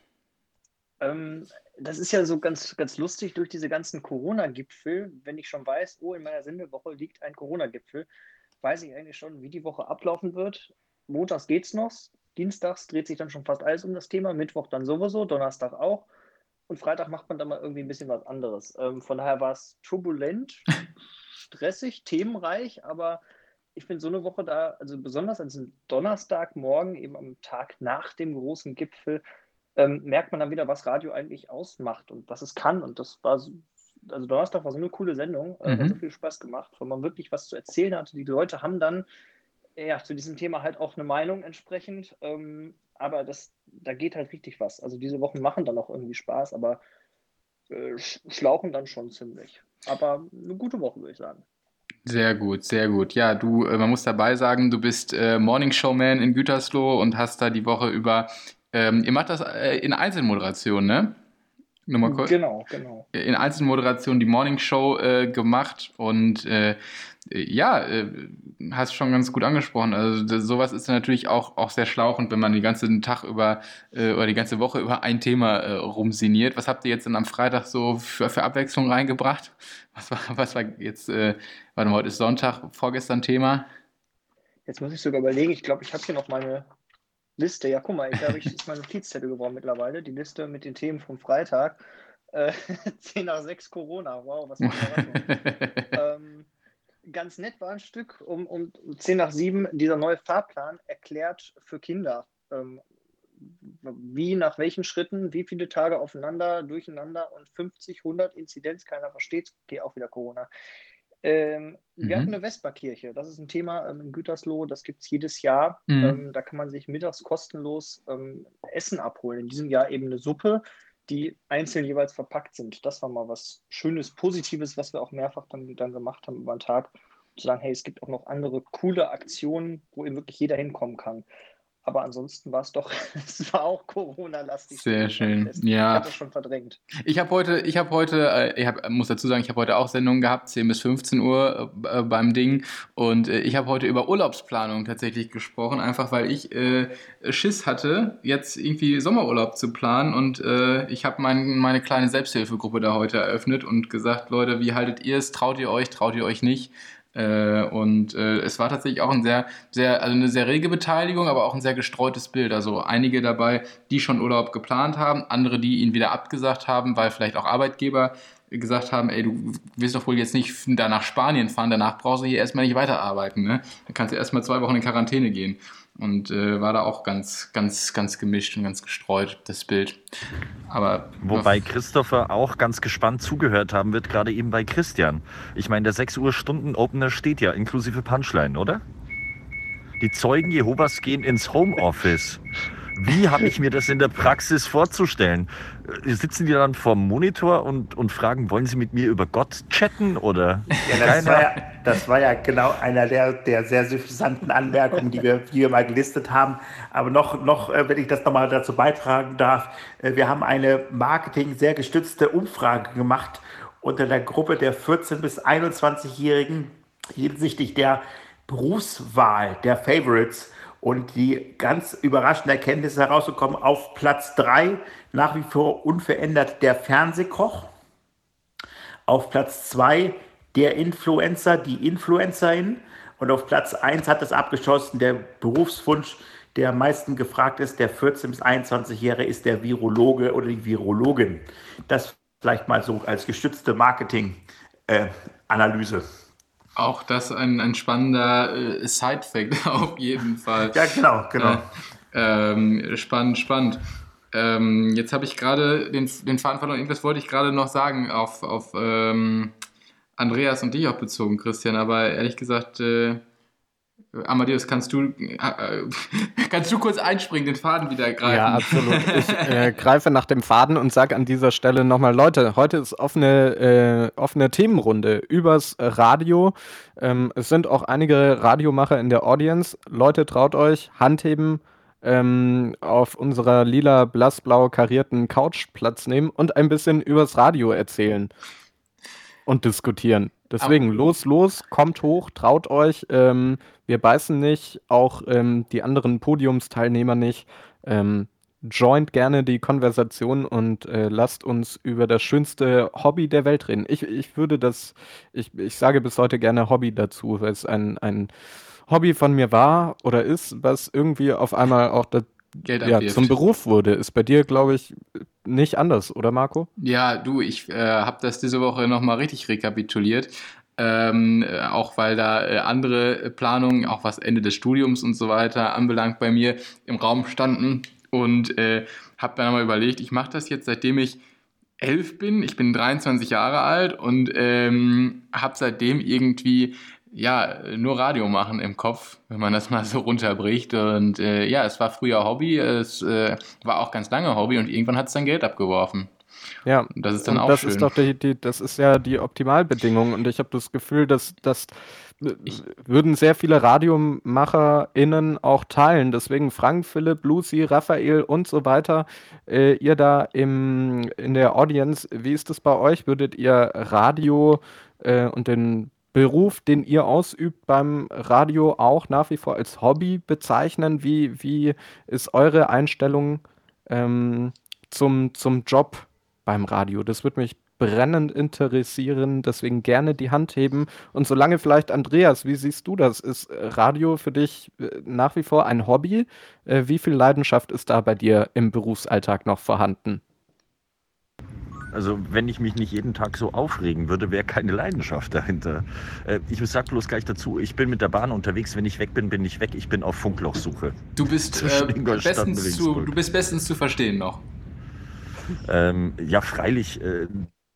Ähm, das ist ja so ganz, ganz lustig durch diese ganzen Corona-Gipfel, wenn ich schon weiß, oh, in meiner Sendewoche liegt ein Corona-Gipfel, weiß ich eigentlich schon, wie die Woche ablaufen wird. Montags geht's noch. Dienstags dreht sich dann schon fast alles um das Thema, Mittwoch dann sowieso, Donnerstag auch und Freitag macht man dann mal irgendwie ein bisschen was anderes. Ähm, von daher war es turbulent, stressig, themenreich, aber ich finde so eine Woche da, also besonders als Donnerstagmorgen, eben am Tag nach dem großen Gipfel, ähm, merkt man dann wieder, was Radio eigentlich ausmacht und was es kann und das war so, also Donnerstag war so eine coole Sendung, äh, mhm. hat so viel Spaß gemacht, weil man wirklich was zu erzählen hatte. Die Leute haben dann ja, zu diesem Thema halt auch eine Meinung entsprechend, ähm, aber das, da geht halt richtig was. Also diese Wochen machen dann auch irgendwie Spaß, aber äh, schlauchen dann schon ziemlich. Aber eine gute Woche, würde ich sagen. Sehr gut, sehr gut. Ja, du, äh, man muss dabei sagen, du bist äh, Morning Showman in Gütersloh und hast da die Woche über, ähm, ihr macht das äh, in Einzelmoderation, ne? Nochmal kurz. Genau, genau. In Einzelmoderation die Morning Show äh, gemacht und äh, ja, äh, hast schon ganz gut angesprochen. Also das, sowas ist natürlich auch, auch sehr schlauchend, wenn man den ganzen Tag über äh, oder die ganze Woche über ein Thema äh, rumsiniert. Was habt ihr jetzt denn am Freitag so für, für Abwechslung reingebracht? Was war, was war jetzt, äh, warte mal, heute ist Sonntag, vorgestern Thema? Jetzt muss ich sogar überlegen, ich glaube, ich habe hier noch meine Liste, ja, guck mal, ich habe, ich ist mein Notizzettel geworden mittlerweile, die Liste mit den Themen vom Freitag. Äh, zehn nach sechs Corona, wow, was für eine Überraschung. ähm, ganz nett war ein Stück, um, um zehn nach sieben dieser neue Fahrplan erklärt für Kinder. Ähm, wie, nach welchen Schritten, wie viele Tage aufeinander, durcheinander und fünfzig, hundert Inzidenz, keiner versteht, okay, auch wieder Corona. Ähm, mhm. Wir hatten eine Vesperkirche, das ist ein Thema ähm, in Gütersloh, das gibt es jedes Jahr. Mhm. Ähm, da kann man sich mittags kostenlos ähm, Essen abholen. In diesem Jahr eben eine Suppe, die einzeln jeweils verpackt sind. Das war mal was Schönes, Positives, was wir auch mehrfach dann, dann gemacht haben über den Tag. Zu sagen, hey, es gibt auch noch andere coole Aktionen, wo eben wirklich jeder hinkommen kann. Aber ansonsten war es doch, es war auch Corona-lastig. Sehr schön, ja. Ich habe das schon verdrängt. Ich habe heute, ich habe heute, äh, ich hab, muss dazu sagen, ich habe heute auch Sendungen gehabt, zehn bis fünfzehn Uhr äh, beim Ding. Und äh, ich habe heute über Urlaubsplanung tatsächlich gesprochen, einfach weil ich äh, Schiss hatte, jetzt irgendwie Sommerurlaub zu planen. Und äh, ich habe mein, meine kleine Selbsthilfegruppe da heute eröffnet und gesagt, Leute, wie haltet ihr es? Traut ihr euch, traut ihr euch nicht? Äh, und äh, es war tatsächlich auch ein sehr, sehr, also eine sehr rege Beteiligung, aber auch ein sehr gestreutes Bild. Also einige dabei, die schon Urlaub geplant haben, andere, die ihn wieder abgesagt haben, weil vielleicht auch Arbeitgeber gesagt haben, ey, du willst doch wohl jetzt nicht da nach Spanien fahren, danach brauchst du hier erstmal nicht weiterarbeiten, ne? Dann kannst du erstmal zwei Wochen in Quarantäne gehen. Und äh, war da auch ganz, ganz, ganz gemischt und ganz gestreut, das Bild. Aber Wobei Christopher auch ganz gespannt zugehört haben wird, gerade eben bei Christian. Ich meine, der sechs Uhr Stunden-Opener steht ja, inklusive Punchline, oder? Die Zeugen Jehovas gehen ins Homeoffice. Wie habe ich mir das in der Praxis vorzustellen? Sitzen die dann vorm Monitor und, und fragen, wollen sie mit mir über Gott chatten? Oder? Ja, das, war ja, das war ja genau einer der, der sehr suffisanten Anmerkungen, die wir, die wir mal gelistet haben. Aber noch, noch, wenn ich das nochmal dazu beitragen darf, wir haben eine Marketing sehr gestützte Umfrage gemacht unter der Gruppe der vierzehn- bis einundzwanzigjährigen hinsichtlich der Berufswahl, der Favorites. Und die ganz überraschende Erkenntnis herausgekommen, auf Platz drei nach wie vor unverändert der Fernsehkoch. Auf Platz zwei der Influencer, die Influencerin. Und auf Platz eins hat es abgeschossen, der Berufswunsch, der am meisten gefragt ist, der vierzehn- bis einundzwanzigjährige, ist der Virologe oder die Virologin. Das vielleicht mal so als gestützte Marketing-Analyse. Äh, Auch das ein, ein spannender äh, Side-Fact auf jeden Fall. Ja, genau, genau. Äh, ähm, spannend, spannend. Ähm, jetzt habe ich gerade den, den Faden verloren. Irgendwas wollte ich gerade noch sagen auf, auf ähm, Andreas und dich auch bezogen, Christian. Aber ehrlich gesagt, äh, Amadeus, kannst du, äh, kannst du kurz einspringen, den Faden wieder greifen? Ja, absolut. Ich äh, greife nach dem Faden und sage an dieser Stelle nochmal, Leute, heute ist offene, äh, offene Themenrunde übers Radio. Ähm, es sind auch einige Radiomacher in der Audience. Leute, traut euch, Handheben, ähm, auf unserer lila, blassblau karierten Couch Platz nehmen und ein bisschen übers Radio erzählen und diskutieren. Deswegen, Aber los, los, kommt hoch, traut euch. Ähm, wir beißen nicht, auch ähm, die anderen Podiumsteilnehmer nicht. Ähm, joint gerne die Konversation und äh, lasst uns über das schönste Hobby der Welt reden. Ich, ich würde das, ich, ich sage bis heute gerne Hobby dazu, weil es ein, ein Hobby von mir war oder ist, was irgendwie auf einmal auch das, Geld ja, abwirft. zum Beruf wurde. Ist bei dir, glaube ich, nicht anders, oder Marco? Ja, du, ich äh, habe das diese Woche nochmal richtig rekapituliert. Ähm, äh, auch weil da äh, andere Planungen, auch was Ende des Studiums und so weiter anbelangt, bei mir im Raum standen. Und äh, habe dann mal überlegt, ich mache das jetzt, seitdem ich elf bin. Ich bin dreiundzwanzig Jahre alt und ähm, habe seitdem irgendwie ja nur Radio machen im Kopf, wenn man das mal so runterbricht. Und äh, ja, es war früher Hobby, es äh, war auch ganz lange Hobby und irgendwann hat es dann Geld abgeworfen. Ja, Und das ist dann und auch das schön. ist doch die, die, das ist ja die Optimalbedingung. Und ich habe das Gefühl, dass das würden sehr viele RadiomacherInnen auch teilen. Deswegen Frank, Philipp, Lucy, Raphael und so weiter. Äh, ihr da im, in der Audience, wie ist das bei euch? Würdet ihr Radio äh, und den Beruf, den ihr ausübt beim Radio, auch nach wie vor als Hobby bezeichnen? Wie, wie ist eure Einstellung ähm, zum, zum Job beim Radio? Das würde mich brennend interessieren, deswegen gerne die Hand heben. Und solange vielleicht, Andreas, wie siehst du das? Ist Radio für dich äh, nach wie vor ein Hobby? Äh, wie viel Leidenschaft ist da bei dir im Berufsalltag noch vorhanden? Also wenn ich mich nicht jeden Tag so aufregen würde, wäre keine Leidenschaft dahinter. Äh, ich sag bloß gleich dazu, ich bin mit der Bahn unterwegs, wenn ich weg bin, bin ich weg. Ich bin auf Funklochsuche. Du bist, äh, bestens zu, du bist bestens zu verstehen noch. Ähm, ja, freilich. Äh,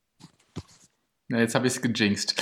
Na, jetzt habe ich es gejinxt.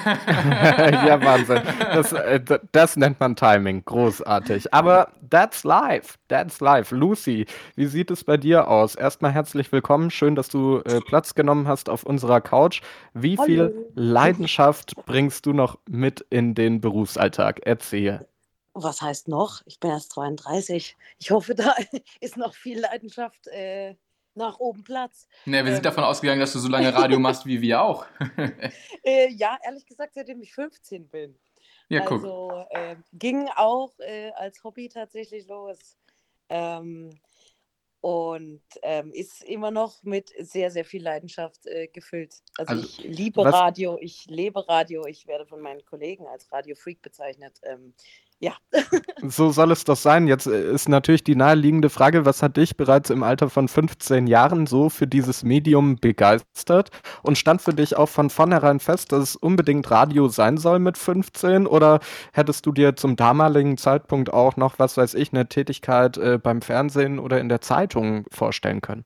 Ja, Wahnsinn. Das, äh, das nennt man Timing. Großartig. Aber that's life. That's life. Lucy, wie sieht es bei dir aus? Erstmal herzlich willkommen. Schön, dass du äh, Platz genommen hast auf unserer Couch. Wie Hallo. viel Leidenschaft bringst du noch mit in den Berufsalltag? Erzähl. Was heißt noch? Ich bin erst zweiunddreißig. Ich hoffe, da ist noch viel Leidenschaft äh, nach oben Platz. Ne, wir sind Ähm. davon ausgegangen, dass du so lange Radio machst wie wir auch. Äh, ja, ehrlich gesagt, seitdem ich fünfzehn bin. Ja, guck. Also äh, ging auch äh, als Hobby tatsächlich los. Ähm, und ähm, ist immer noch mit sehr, sehr viel Leidenschaft äh, gefüllt. Also, Also, ich liebe was- Radio, ich lebe Radio, ich werde von meinen Kollegen als Radio-Freak bezeichnet. Ähm, Ja. So soll es doch sein. Jetzt äh, ist natürlich die naheliegende Frage, was hat dich bereits im Alter von fünfzehn Jahren so für dieses Medium begeistert? Und stand für dich auch von vornherein fest, dass es unbedingt Radio sein soll mit fünfzehn? Oder hättest du dir zum damaligen Zeitpunkt auch noch, was weiß ich, eine Tätigkeit äh, beim Fernsehen oder in der Zeitung vorstellen können?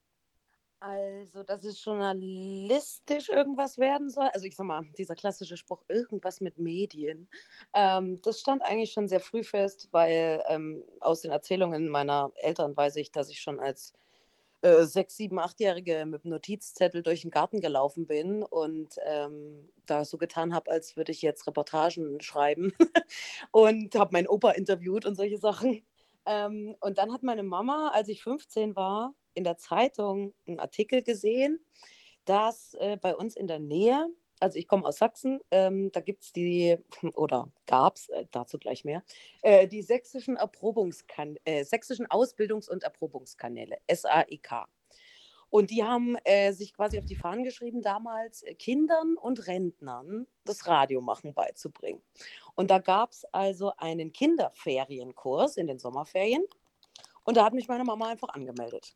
Also, dass es journalistisch irgendwas werden soll. Also, ich sag mal, dieser klassische Spruch, irgendwas mit Medien. Ähm, das stand eigentlich schon sehr früh fest, weil ähm, aus den Erzählungen meiner Eltern weiß ich, dass ich schon als äh, sechs, sieben, achtjährige mit einem Notizzettel durch den Garten gelaufen bin und ähm, da so getan habe, als würde ich jetzt Reportagen schreiben und habe meinen Opa interviewt und solche Sachen. Ähm, und dann hat meine Mama, als ich fünfzehn war, in der Zeitung einen Artikel gesehen, dass äh, bei uns in der Nähe, also ich komme aus Sachsen, ähm, da gibt es die, oder gab es, äh, dazu gleich mehr, äh, die sächsischen, Erprobungskan äh, sächsischen Ausbildungs- und Erprobungskanäle, S A E K. Und die haben äh, sich quasi auf die Fahnen geschrieben, damals äh, Kindern und Rentnern das Radiomachen beizubringen. Und da gab es also einen Kinderferienkurs in den Sommerferien. Und da hat mich meine Mama einfach angemeldet.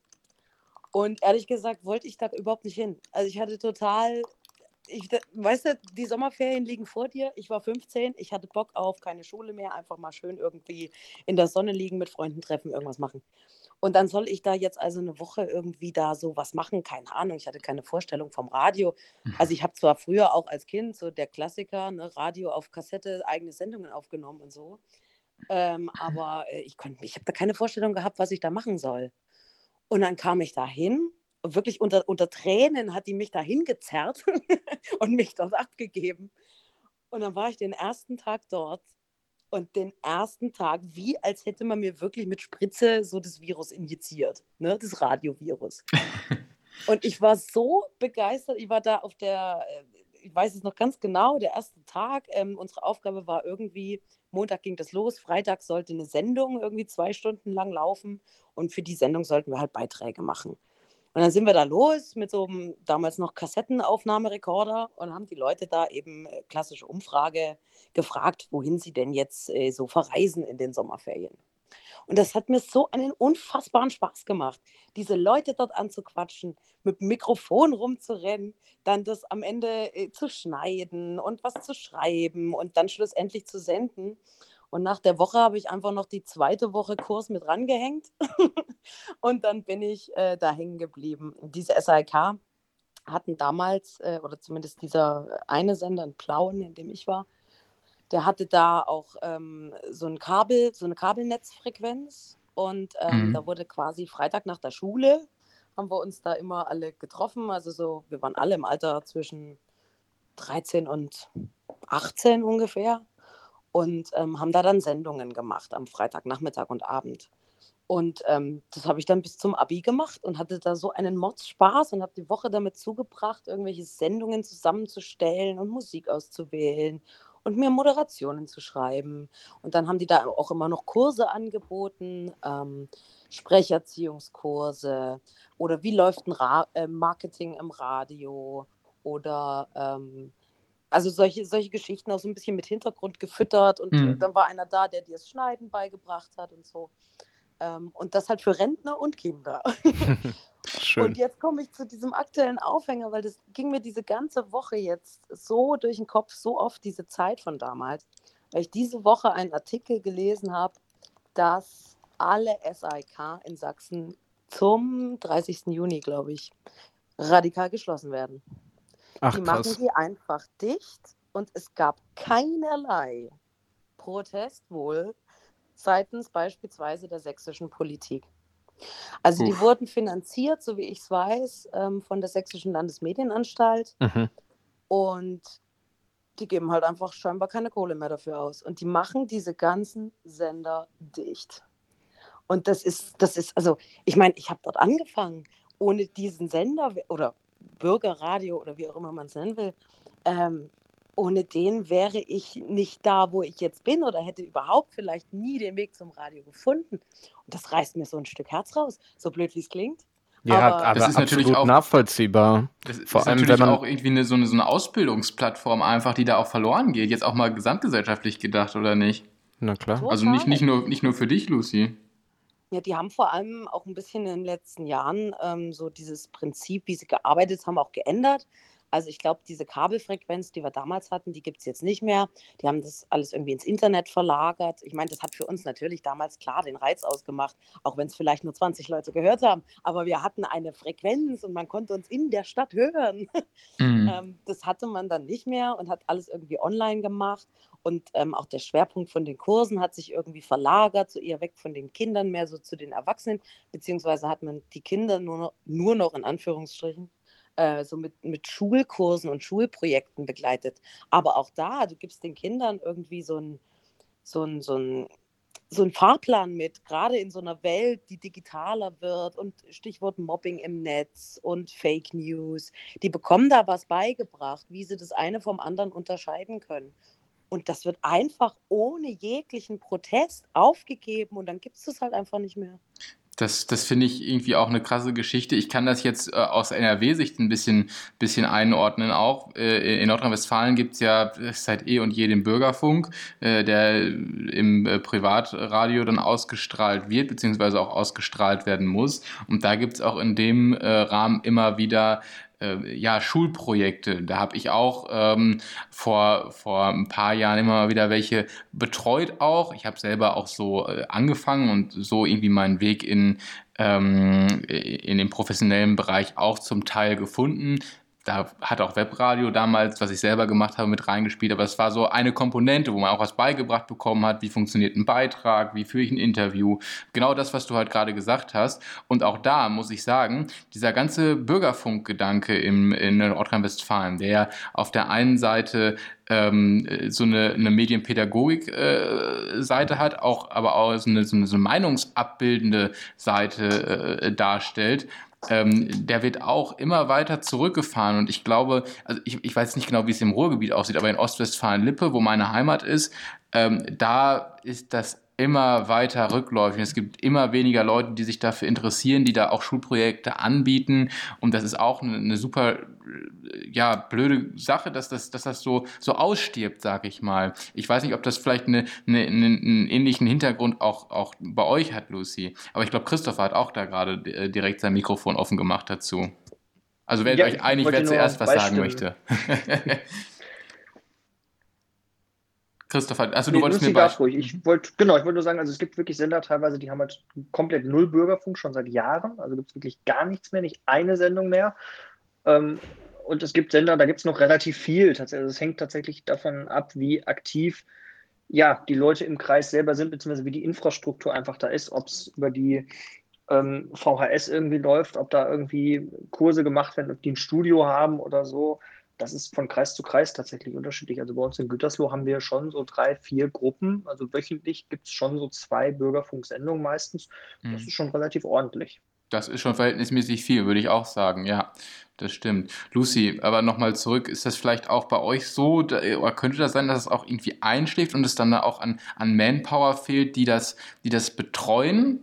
Und ehrlich gesagt wollte ich da überhaupt nicht hin. Also ich hatte total, ich, weißt du, die Sommerferien liegen vor dir. Ich war fünfzehn, ich hatte Bock auf keine Schule mehr, einfach mal schön irgendwie in der Sonne liegen, mit Freunden treffen, irgendwas machen. Und dann soll ich da jetzt also eine Woche irgendwie da so was machen, keine Ahnung, ich hatte keine Vorstellung vom Radio. Also ich habe zwar früher auch als Kind so der Klassiker, ne, Radio auf Kassette, eigene Sendungen aufgenommen und so, ähm, aber äh, ich, konnt- ich habe da keine Vorstellung gehabt, was ich da machen soll. Und dann kam ich da hin und wirklich unter, unter Tränen hat die mich da hingezerrt und mich dort abgegeben. Und dann war ich den ersten Tag dort und den ersten Tag, wie als hätte man mir wirklich mit Spritze so das Virus injiziert, ne, das Radiovirus. Und ich war so begeistert, ich war da auf der, äh, ich weiß es noch ganz genau, der erste Tag, ähm, unsere Aufgabe war irgendwie, Montag ging das los, Freitag sollte eine Sendung irgendwie zwei Stunden lang laufen und für die Sendung sollten wir halt Beiträge machen. Und dann sind wir da los mit so einem damals noch Kassettenaufnahmerekorder und haben die Leute da eben äh, klassische Umfrage gefragt, wohin sie denn jetzt äh, so verreisen in den Sommerferien. Und das hat mir so einen unfassbaren Spaß gemacht, diese Leute dort anzuquatschen, mit dem Mikrofon rumzurennen, dann das am Ende äh, zu schneiden und was zu schreiben und dann schlussendlich zu senden. Und nach der Woche habe ich einfach noch die zweite Woche Kurs mit rangehängt und dann bin ich äh, da hängen geblieben. Und diese S A E K hatten damals, äh, oder zumindest dieser eine Sender in Plauen, in dem ich war, der hatte da auch ähm, so ein Kabel, so eine Kabelnetzfrequenz und ähm, Mhm. da wurde quasi Freitag nach der Schule, haben wir uns da immer alle getroffen, also so, wir waren alle im Alter zwischen dreizehn und achtzehn ungefähr und ähm, haben da dann Sendungen gemacht am Freitagnachmittag und Abend. Und ähm, das habe ich dann bis zum Abi gemacht und hatte da so einen Mordspaß und habe die Woche damit zugebracht, irgendwelche Sendungen zusammenzustellen und Musik auszuwählen und mir Moderationen zu schreiben. Und dann haben die da auch immer noch Kurse angeboten, ähm, Sprecherziehungskurse oder wie läuft ein Ra äh, Marketing im Radio oder ähm, also solche, solche Geschichten auch so ein bisschen mit Hintergrund gefüttert und äh, Mhm. dann war einer da, der dir das Schneiden beigebracht hat und so. Ähm, und das halt für Rentner und Kinder. Schön. Und jetzt komme ich zu diesem aktuellen Aufhänger, weil das ging mir diese ganze Woche jetzt so durch den Kopf, so oft diese Zeit von damals, weil ich diese Woche einen Artikel gelesen habe, dass alle S A E K in Sachsen zum dreißigsten Juni, glaube ich, radikal geschlossen werden. Ach, Die machen krass. die einfach dicht und es gab keinerlei Protest wohl seitens beispielsweise der sächsischen Politik. Also die Uff. wurden finanziert, so wie ich es weiß, ähm, von der Sächsischen Landesmedienanstalt Mhm. und die geben halt einfach scheinbar keine Kohle mehr dafür aus. Und die machen diese ganzen Sender dicht. Und das ist, das ist, also ich meine, ich habe dort angefangen, ohne diesen Sender wär- oder Bürgerradio oder wie auch immer man es nennen will, ähm, ohne den wäre ich nicht da, wo ich jetzt bin oder hätte überhaupt vielleicht nie den Weg zum Radio gefunden. Und das reißt mir so ein Stück Herz raus, so blöd wie es klingt. Ja, Aber aber Das ist natürlich absolut auch- nachvollziehbar. Das Vor ist allem, natürlich wenn man auch irgendwie eine, so, eine, so eine Ausbildungsplattform einfach, die da auch verloren geht. Jetzt auch mal gesamtgesellschaftlich gedacht, oder nicht? Na klar. Also Total. nicht, nicht, nur, nicht nur für dich, Lucy. Ja, die haben vor allem auch ein bisschen in den letzten Jahren ähm, so dieses Prinzip, wie sie gearbeitet haben, auch geändert. Also ich glaube, diese Kabelfrequenz, die wir damals hatten, die gibt es jetzt nicht mehr. Die haben das alles irgendwie ins Internet verlagert. Ich meine, das hat für uns natürlich damals klar den Reiz ausgemacht, auch wenn es vielleicht nur zwanzig Leute gehört haben. Aber wir hatten eine Frequenz und man konnte uns in der Stadt hören. Mhm. Ähm, das hatte man dann nicht mehr und hat alles irgendwie online gemacht. Und ähm, auch der Schwerpunkt von den Kursen hat sich irgendwie verlagert, so eher weg von den Kindern, mehr so zu den Erwachsenen. Beziehungsweise hat man die Kinder nur noch, nur noch in Anführungsstrichen äh, so mit, mit Schulkursen und Schulprojekten begleitet. Aber auch da, du gibst den Kindern irgendwie so ein, so ein, so ein so einen Fahrplan mit, gerade in so einer Welt, die digitaler wird und Stichwort Mobbing im Netz und Fake News. Die bekommen da was beigebracht, wie sie das eine vom anderen unterscheiden können. Und das wird einfach ohne jeglichen Protest aufgegeben und dann gibt es das halt einfach nicht mehr. Das, das finde ich irgendwie auch eine krasse Geschichte. Ich kann das jetzt äh, aus N R W-Sicht ein bisschen, bisschen einordnen auch. Äh, in Nordrhein-Westfalen gibt es ja seit eh und je den Bürgerfunk, äh, der im äh, Privatradio dann ausgestrahlt wird, beziehungsweise auch ausgestrahlt werden muss. Und da gibt es auch in dem äh, Rahmen immer wieder äh, ja, Schulprojekte. Da habe ich auch ähm, vor, vor ein paar Jahren immer mal wieder welche betreut auch. Ich habe selber auch so äh, angefangen und so irgendwie meinen Weg in, ähm, in den professionellen Bereich auch zum Teil gefunden. Da hat auch Webradio damals, was ich selber gemacht habe, mit reingespielt. Aber es war so eine Komponente, wo man auch was beigebracht bekommen hat. Wie funktioniert ein Beitrag? Wie führe ich ein Interview? Genau das, was du halt gerade gesagt hast. Und auch da muss ich sagen, dieser ganze Bürgerfunkgedanke im, in Nordrhein-Westfalen, der auf der einen Seite ähm, so eine, eine Medienpädagogik-Seite äh, hat, auch, aber auch so eine, so eine, so eine meinungsabbildende Seite äh, darstellt, Ähm, der wird auch immer weiter zurückgefahren und ich glaube, also ich, ich weiß nicht genau, wie es im Ruhrgebiet aussieht, aber in Ostwestfalen-Lippe, wo meine Heimat ist, ähm, da ist das immer weiter rückläufig. Es gibt immer weniger Leute, die sich dafür interessieren, die da auch Schulprojekte anbieten und das ist auch eine, eine super ja, blöde Sache, dass das, dass das so, so ausstirbt, sag ich mal. Ich weiß nicht, ob das vielleicht eine, eine, einen ähnlichen Hintergrund auch, auch bei euch hat, Lucy. Aber ich glaube, Christopher hat auch da gerade direkt sein Mikrofon offen gemacht dazu. Also werdet Ja, euch ich einig, wollte wer nur zuerst was sagen beistimmen. möchte. Christopher, also du Nee, wolltest Lucy mir darf beispielsweise. ruhig. Ich wollte, genau, ich wollte nur sagen, also es gibt wirklich Sender teilweise, die haben halt komplett null Bürgerfunk schon seit Jahren. Also gibt es wirklich gar nichts mehr, nicht eine Sendung mehr. Ähm, und es gibt Sender, da gibt es noch relativ viel. Tatsächlich. Also es hängt tatsächlich davon ab, wie aktiv ja, die Leute im Kreis selber sind, beziehungsweise wie die Infrastruktur einfach da ist, ob es über die ähm, V H S irgendwie läuft, ob da irgendwie Kurse gemacht werden, ob die ein Studio haben oder so. Das ist von Kreis zu Kreis tatsächlich unterschiedlich. Also bei uns in Gütersloh haben wir schon so drei, vier Gruppen. Also wöchentlich gibt es schon so zwei Bürgerfunksendungen meistens. Das ist schon relativ ordentlich. Das ist schon verhältnismäßig viel, würde ich auch sagen, ja, das stimmt. Lucy, aber nochmal zurück, ist das vielleicht auch bei euch so, da, oder könnte das sein, dass es auch irgendwie einschläft und es dann da auch an, an Manpower fehlt, die das, die das betreuen?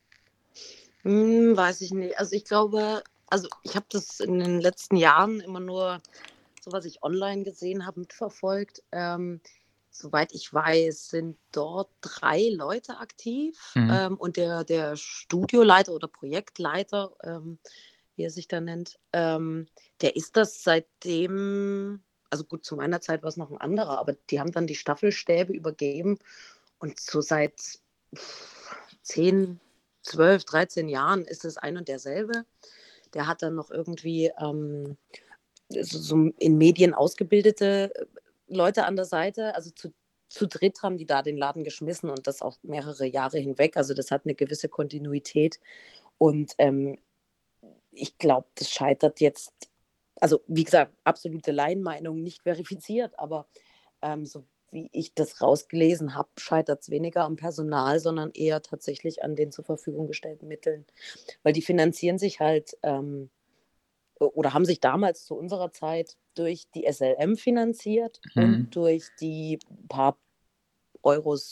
Hm, weiß ich nicht. Also ich glaube, also ich habe das in den letzten Jahren immer nur, so was ich online gesehen habe, mitverfolgt. Ähm, soweit ich weiß, sind dort drei Leute aktiv Mhm. ähm, und der, der Studioleiter oder Projektleiter, ähm, wie er sich da nennt, ähm, der ist das seitdem, also gut, zu meiner Zeit war es noch ein anderer, aber die haben dann die Staffelstäbe übergeben und so seit pff, zehn, zwölf, dreizehn Jahren ist es ein und derselbe. Der hat dann noch irgendwie ähm, so, so in Medien ausgebildete Leute an der Seite, also zu, zu dritt haben die da den Laden geschmissen und das auch mehrere Jahre hinweg. Also das hat eine gewisse Kontinuität und ähm, ich glaube, das scheitert jetzt, also wie gesagt, absolute Laienmeinung, nicht verifiziert, aber ähm, so wie ich das rausgelesen habe, scheitert es weniger am Personal, sondern eher tatsächlich an den zur Verfügung gestellten Mitteln. Weil die finanzieren sich halt ähm, oder haben sich damals zu unserer Zeit durch die S L M finanziert Mhm. und durch die paar Euros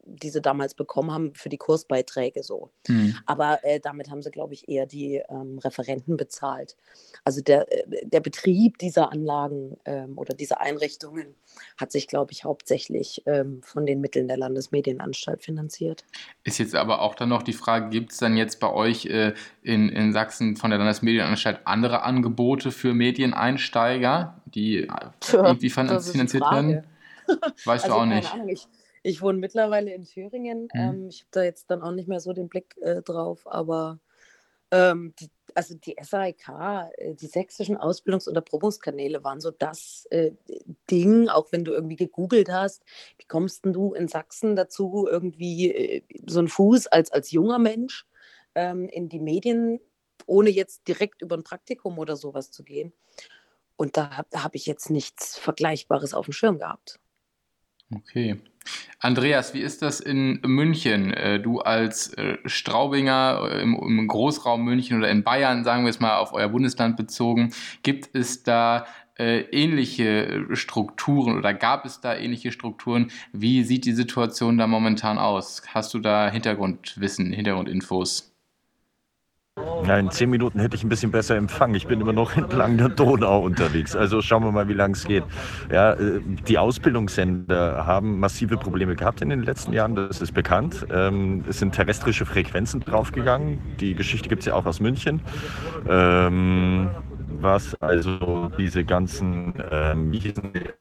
die sie damals bekommen haben für die Kursbeiträge so. Hm. Aber äh, damit haben sie, glaube ich, eher die ähm, Referenten bezahlt. Also der, der Betrieb dieser Anlagen ähm, oder dieser Einrichtungen hat sich, glaube ich, hauptsächlich ähm, von den Mitteln der Landesmedienanstalt finanziert. Ist jetzt aber auch dann noch die Frage, gibt es dann jetzt bei euch äh, in, in Sachsen von der Landesmedienanstalt andere Angebote für Medieneinsteiger, die Tja, irgendwie das ist die finanziert Frage. werden? Weißt Also du auch keine nicht. Ahnung, ich, ich wohne mittlerweile in Thüringen. Mhm. Ähm, ich habe da jetzt dann auch nicht mehr so den Blick äh, drauf, aber ähm, die, also die S A E K, äh, die sächsischen Ausbildungs- und Erprobungskanäle waren so das äh, Ding, auch wenn du irgendwie gegoogelt hast, wie kommst denn du in Sachsen dazu, irgendwie äh, so einen Fuß als, als junger Mensch ähm, in die Medien, ohne jetzt direkt über ein Praktikum oder sowas zu gehen. Und da habe hab ich jetzt nichts Vergleichbares auf dem Schirm gehabt. Okay. Andreas, wie ist das in München? Äh, Du als äh, Straubinger äh, im, im Großraum München oder in Bayern, sagen wir es mal auf euer Bundesland bezogen, gibt es da äh, ähnliche Strukturen oder gab es da ähnliche Strukturen? Wie sieht die Situation da momentan aus? Hast du da Hintergrundwissen, Hintergrundinfos? Ja, in zehn Minuten hätte ich ein bisschen besser Empfang. Ich bin immer noch entlang der Donau unterwegs. Also schauen wir mal, wie lange es geht. Ja, äh, die Ausbildungssender haben massive Probleme gehabt in den letzten Jahren, das ist bekannt. Ähm, es sind terrestrische Frequenzen draufgegangen. Die Geschichte gibt es ja auch aus München. Ähm, was also diese ganzen, ähm, wie hießen die?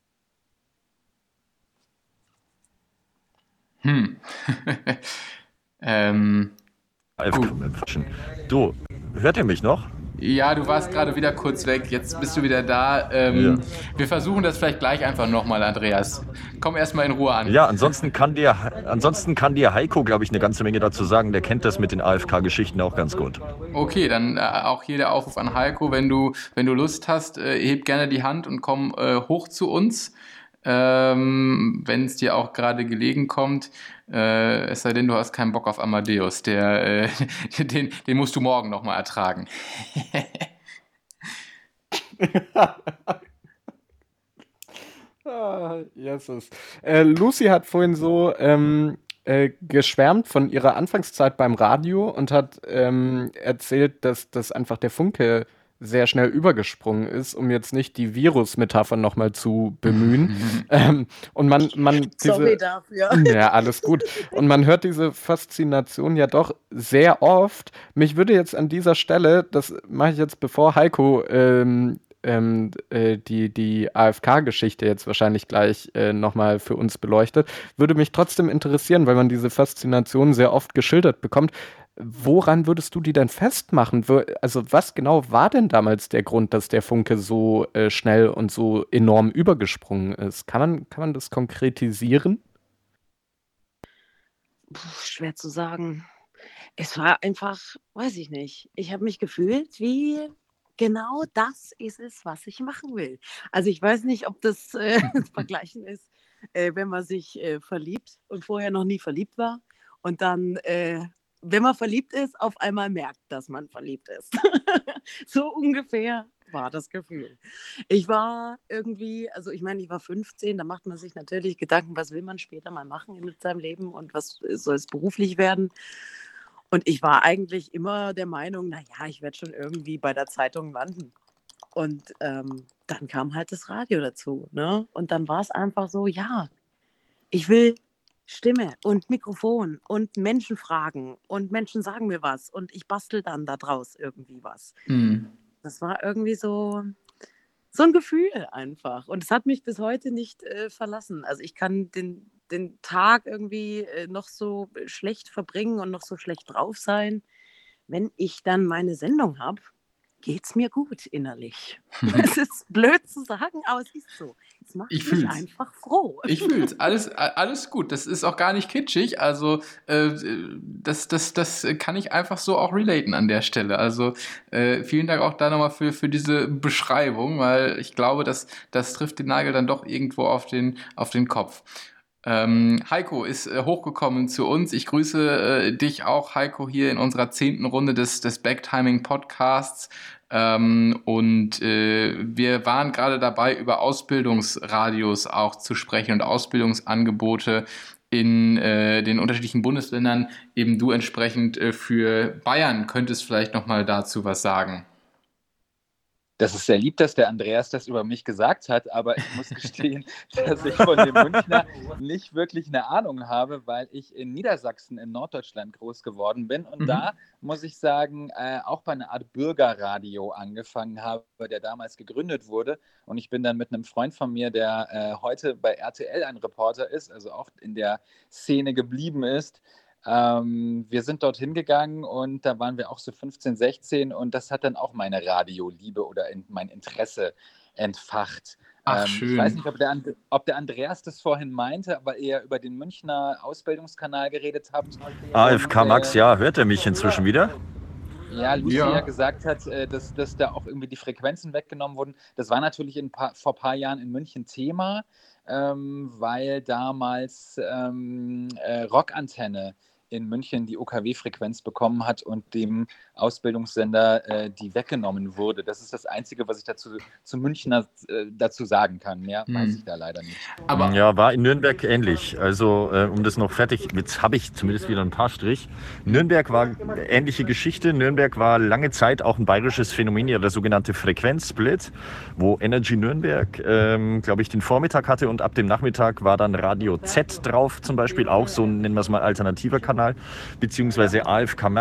Hm. ähm, Gut. Du, hört ihr mich noch? Ja, du warst gerade wieder kurz weg, jetzt bist du wieder da. Ähm, Ja. Wir versuchen das vielleicht gleich einfach nochmal, Andreas. Komm erstmal in Ruhe an. Ja, ansonsten kann dir, ansonsten kann dir Heiko, glaube ich, eine ganze Menge dazu sagen. Der kennt das mit den A F K-Geschichten auch ganz gut. Okay, dann äh, auch hier der Aufruf an Heiko, wenn du, wenn du Lust hast, äh, heb gerne die Hand und komm äh, hoch zu uns, ähm, wenn es dir auch gerade gelegen kommt. Äh, es sei denn, du hast keinen Bock auf Amadeus, der, äh, den, den musst du morgen nochmal ertragen. Ah, Jesus. Äh, Lucy hat vorhin so ähm, äh, geschwärmt von ihrer Anfangszeit beim Radio und hat ähm, erzählt, dass das einfach der Funke sehr schnell übergesprungen ist, um jetzt nicht die Virus-Metapher nochmal zu bemühen. ähm, und man, man diese, Sorry dafür. Ja, alles gut. Und man hört diese Faszination ja doch sehr oft. Mich würde jetzt an dieser Stelle, das mache ich jetzt, bevor Heiko ähm, ähm, äh, die, die A F K-Geschichte jetzt wahrscheinlich gleich äh, nochmal für uns beleuchtet, würde mich trotzdem interessieren, weil man diese Faszination sehr oft geschildert bekommt. Woran würdest du die denn festmachen? Wo- Also was genau war denn damals der Grund, dass der Funke so äh, schnell und so enorm übergesprungen ist? Kann man, kann man das konkretisieren? Puh, schwer zu sagen. Es war einfach, weiß ich nicht. Ich habe mich gefühlt wie genau das ist es, was ich machen will. Also ich weiß nicht, ob das äh, zu vergleichen ist, äh, wenn man sich äh, verliebt und vorher noch nie verliebt war und dann, äh, wenn man verliebt ist, auf einmal merkt, dass man verliebt ist. So ungefähr war das Gefühl. Ich war irgendwie, also ich meine, ich war fünfzehn, da macht man sich natürlich Gedanken, was will man später mal machen mit seinem Leben und was soll es beruflich werden. Und ich war eigentlich immer der Meinung, naja, ich werde schon irgendwie bei der Zeitung landen. Und ähm, dann kam halt das Radio dazu. Ne? Und dann war es einfach so, ja, ich will Stimme und Mikrofon und Menschen fragen und Menschen sagen mir was und ich bastel dann da draus irgendwie was. Hm. Das war irgendwie so, so ein Gefühl einfach. Und es hat mich bis heute nicht äh, verlassen. Also ich kann den, den Tag irgendwie äh, noch so schlecht verbringen und noch so schlecht drauf sein. Wenn ich dann meine Sendung habe, geht es mir gut innerlich. Es ist blöd zu sagen, aber es ist so. Es macht Ich mich fühl's. einfach froh. Ich fühl's. Alles, alles gut. Das ist auch gar nicht kitschig. Also äh, das, das, das kann ich einfach so auch relaten an der Stelle. Also äh, vielen Dank auch da nochmal für, für diese Beschreibung, weil ich glaube, dass das trifft den Nagel dann doch irgendwo auf den, auf den Kopf. Ähm, Heiko ist äh, hochgekommen zu uns. Ich grüße äh, dich auch, Heiko, hier in unserer zehnten Runde des, des Backtiming Podcasts. Ähm, und äh, wir waren gerade dabei, über Ausbildungsradios auch zu sprechen und Ausbildungsangebote in äh, den unterschiedlichen Bundesländern, eben du entsprechend äh, für Bayern könntest vielleicht nochmal dazu was sagen. Das ist sehr lieb, dass der Andreas das über mich gesagt hat, aber ich muss gestehen, dass ich von dem Münchner nicht wirklich eine Ahnung habe, weil ich in Niedersachsen in Norddeutschland groß geworden bin und mhm. da, muss ich sagen, äh, auch bei einer Art Bürgerradio angefangen habe, der damals gegründet wurde, und ich bin dann mit einem Freund von mir, der äh, heute bei R T L ein Reporter ist, also auch in der Szene geblieben ist. Ähm, wir sind dorthin gegangen und da waren wir auch so fünfzehn, sechzehn und das hat dann auch meine Radioliebe oder in, mein Interesse entfacht. Ach, ähm, schön. Ich weiß nicht, ob der, And- ob der Andreas das vorhin meinte, aber ihr über den Münchner Ausbildungskanal geredet habt. A F K und, Max, äh, ja, hört er mich inzwischen wieder? Ja, Lucy ja. ja gesagt hat, äh, dass, dass da auch irgendwie die Frequenzen weggenommen wurden. Das war natürlich in paar, vor ein paar Jahren in München Thema, ähm, weil damals ähm, äh, Rockantenne in München die O K W-Frequenz bekommen hat und dem Ausbildungssender äh, die weggenommen wurde. Das ist das Einzige, was ich dazu zu Münchner äh, dazu sagen kann. Mehr hm. weiß ich da leider nicht. Aber ja, war in Nürnberg ähnlich. Also äh, um das noch fertig, jetzt habe ich zumindest wieder ein paar Strich. Nürnberg war eine ähnliche Geschichte. Nürnberg war lange Zeit auch ein bayerisches Phänomen, ja, der sogenannte Frequenzsplit, wo Energy Nürnberg, ähm, glaube ich, den Vormittag hatte und ab dem Nachmittag war dann Radio Z drauf, zum Beispiel auch so, nennen wir es mal, alternativer Kanal. Beziehungsweise A F K.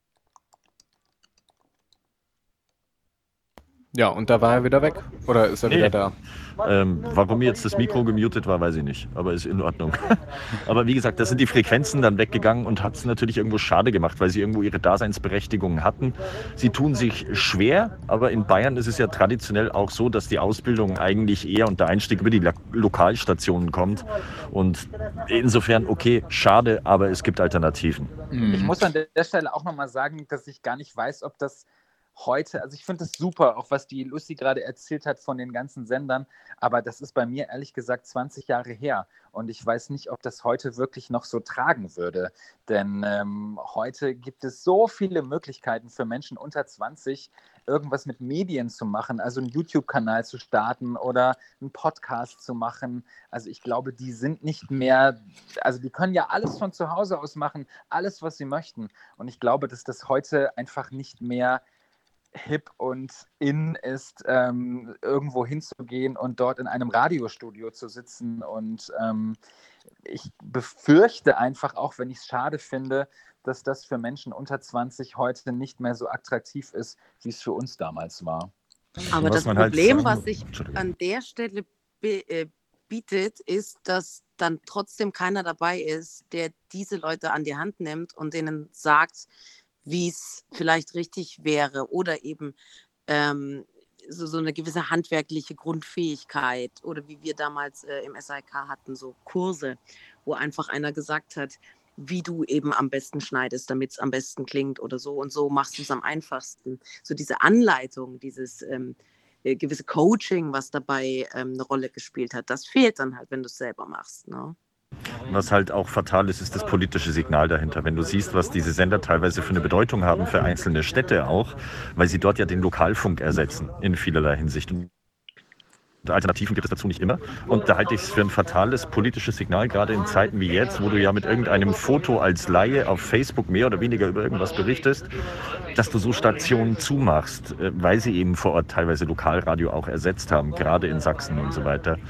Ja, und da war er wieder weg? Oder ist er nee. wieder da? Ähm, warum jetzt das Mikro gemutet war, weiß ich nicht. Aber ist in Ordnung. Aber wie gesagt, da sind die Frequenzen dann weggegangen und hat es natürlich irgendwo schade gemacht, weil sie irgendwo ihre Daseinsberechtigung hatten. Sie tun sich schwer, aber in Bayern ist es ja traditionell auch so, dass die Ausbildung eigentlich eher und der Einstieg über die Lo- Lokalstationen kommt. Und insofern, okay, schade, aber es gibt Alternativen. Ich muss an der Stelle auch nochmal sagen, dass ich gar nicht weiß, ob das heute, also ich finde es super, auch was die Lucy gerade erzählt hat von den ganzen Sendern, aber das ist bei mir ehrlich gesagt zwanzig Jahre her und ich weiß nicht, ob das heute wirklich noch so tragen würde, denn ähm, heute gibt es so viele Möglichkeiten für Menschen unter zwanzig, irgendwas mit Medien zu machen, also einen YouTube-Kanal zu starten oder einen Podcast zu machen. Also ich glaube, die sind nicht mehr, also die können ja alles von zu Hause aus machen, alles, was sie möchten, und ich glaube, dass das heute einfach nicht mehr hip und in ist, ähm, irgendwo hinzugehen und dort in einem Radiostudio zu sitzen. Und ähm, ich befürchte einfach, auch wenn ich es schade finde, dass das für Menschen unter zwanzig heute nicht mehr so attraktiv ist, wie es für uns damals war. Aber was das Problem, halt was sich an der Stelle be- äh, bietet, ist, dass dann trotzdem keiner dabei ist, der diese Leute an die Hand nimmt und denen sagt, wie es vielleicht richtig wäre oder eben ähm, so, so eine gewisse handwerkliche Grundfähigkeit oder wie wir damals äh, im S I K hatten, so Kurse, wo einfach einer gesagt hat, wie du eben am besten schneidest, damit es am besten klingt oder so und so machst du es am einfachsten. So diese Anleitung, dieses ähm, äh, gewisse Coaching, was dabei ähm, eine Rolle gespielt hat, das fehlt dann halt, wenn du es selber machst, ne? Was halt auch fatal ist, ist das politische Signal dahinter. Wenn du siehst, was diese Sender teilweise für eine Bedeutung haben für einzelne Städte auch, weil sie dort ja den Lokalfunk ersetzen in vielerlei Hinsicht. Und Alternativen gibt es dazu nicht immer. Und da halte ich es für ein fatales politisches Signal, gerade in Zeiten wie jetzt, wo du ja mit irgendeinem Foto als Laie auf Facebook mehr oder weniger über irgendwas berichtest, dass du so Stationen zumachst, weil sie eben vor Ort teilweise Lokalradio auch ersetzt haben, gerade in Sachsen und so weiter.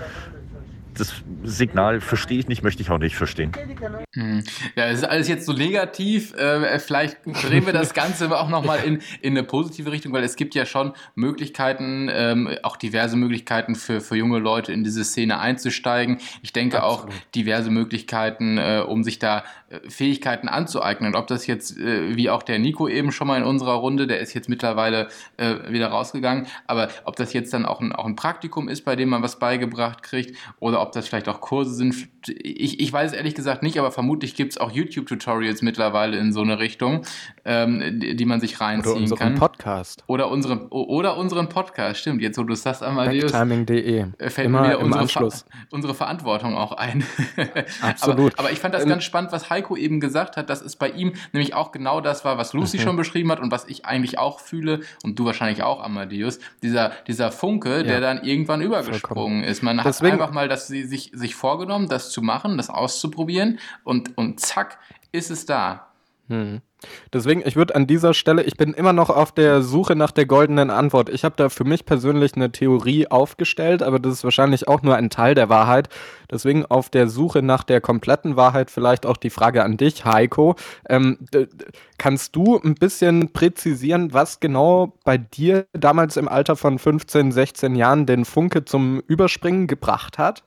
Das Signal verstehe ich nicht, möchte ich auch nicht verstehen. Hm. Ja, es ist alles jetzt so negativ. Äh, vielleicht drehen wir das Ganze auch nochmal in, in eine positive Richtung, weil es gibt ja schon Möglichkeiten, ähm, auch diverse Möglichkeiten für, für junge Leute in diese Szene einzusteigen. Ich denke Absolut. auch diverse Möglichkeiten, äh, um sich da äh, Fähigkeiten anzueignen. Und ob das jetzt, äh, wie auch der Nico eben schon mal in unserer Runde, der ist jetzt mittlerweile äh, wieder rausgegangen, aber ob das jetzt dann auch ein, auch ein Praktikum ist, bei dem man was beigebracht kriegt, oder ob das vielleicht auch Kurse sind. Ich, ich weiß es ehrlich gesagt nicht, aber vermutlich gibt es auch YouTube-Tutorials mittlerweile in so eine Richtung, ähm, die, die man sich reinziehen oder unseren kann. Podcast. Oder unseren oder unseren Podcast, stimmt. Jetzt, wo du es sagst, Amadeus, backtiming punkt de. fällt Immer mir wieder im unsere, Anschluss. Ver- unsere Verantwortung auch ein. Absolut. aber, aber ich fand das ähm, ganz spannend, was Heiko eben gesagt hat, dass es bei ihm nämlich auch genau das war, was Lucy mhm. schon beschrieben hat und was ich eigentlich auch fühle und du wahrscheinlich auch, Amadeus. Dieser, dieser Funke, ja. der dann irgendwann übergesprungen Vollkommen. ist. Man Deswegen, hat einfach mal das das sie sich, sich vorgenommen, das zu machen, das auszuprobieren und, und zack, ist es da. Hm. Deswegen, ich würde an dieser Stelle, ich bin immer noch auf der Suche nach der goldenen Antwort. Ich habe da für mich persönlich eine Theorie aufgestellt, aber das ist wahrscheinlich auch nur ein Teil der Wahrheit. Deswegen auf der Suche nach der kompletten Wahrheit vielleicht auch die Frage an dich, Heiko. Ähm, d- d- kannst du ein bisschen präzisieren, was genau bei dir damals im Alter von fünfzehn, sechzehn Jahren den Funke zum Überspringen gebracht hat?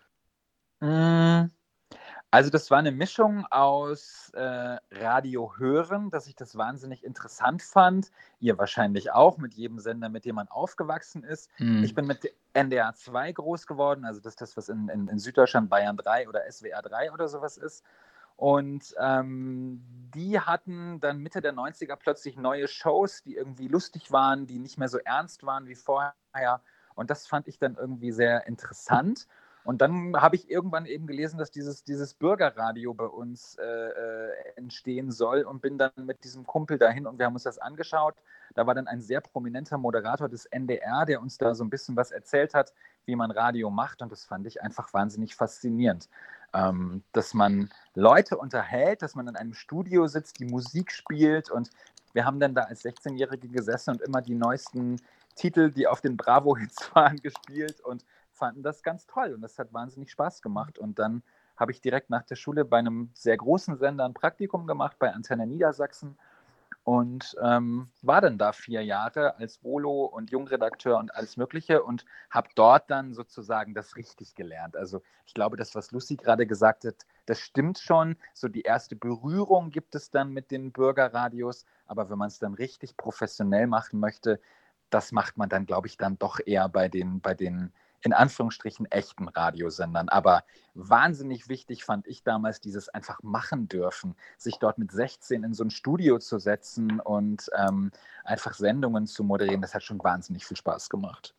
Mm, Also das war eine Mischung aus äh, Radio hören, dass ich das wahnsinnig interessant fand. Ihr wahrscheinlich auch, mit jedem Sender, mit dem man aufgewachsen ist. Mhm. Ich bin mit N D R zwei groß geworden, also das ist das, was in, in, in Süddeutschland Bayern drei oder S W R drei oder sowas ist. Und ähm, die hatten dann Mitte der neunziger plötzlich neue Shows, die irgendwie lustig waren, die nicht mehr so ernst waren wie vorher. Und das fand ich dann irgendwie sehr interessant. Und dann habe ich irgendwann eben gelesen, dass dieses, dieses Bürgerradio bei uns äh, äh, entstehen soll und bin dann mit diesem Kumpel dahin und wir haben uns das angeschaut. Da war dann ein sehr prominenter Moderator des N D R, der uns da so ein bisschen was erzählt hat, wie man Radio macht, und das fand ich einfach wahnsinnig faszinierend. Ähm, dass man Leute unterhält, dass man in einem Studio sitzt, die Musik spielt, und wir haben dann da als sechzehnjährige gesessen und immer die neuesten Titel, die auf den Bravo-Hits waren, gespielt und fanden das ganz toll, und das hat wahnsinnig Spaß gemacht. Und dann habe ich direkt nach der Schule bei einem sehr großen Sender ein Praktikum gemacht, bei Antenne Niedersachsen, und ähm, war dann da vier Jahre als Volo und Jungredakteur und alles Mögliche und habe dort dann sozusagen das richtig gelernt. Also ich glaube, das, was Lucy gerade gesagt hat, das stimmt schon. So die erste Berührung gibt es dann mit den Bürgerradios, aber wenn man es dann richtig professionell machen möchte, das macht man dann, glaube ich, dann doch eher bei den, bei den in Anführungsstrichen echten Radiosendern. Aber wahnsinnig wichtig fand ich damals dieses einfach machen dürfen, sich dort mit sechzehn in so ein Studio zu setzen und ähm, einfach Sendungen zu moderieren. Das hat schon wahnsinnig viel Spaß gemacht.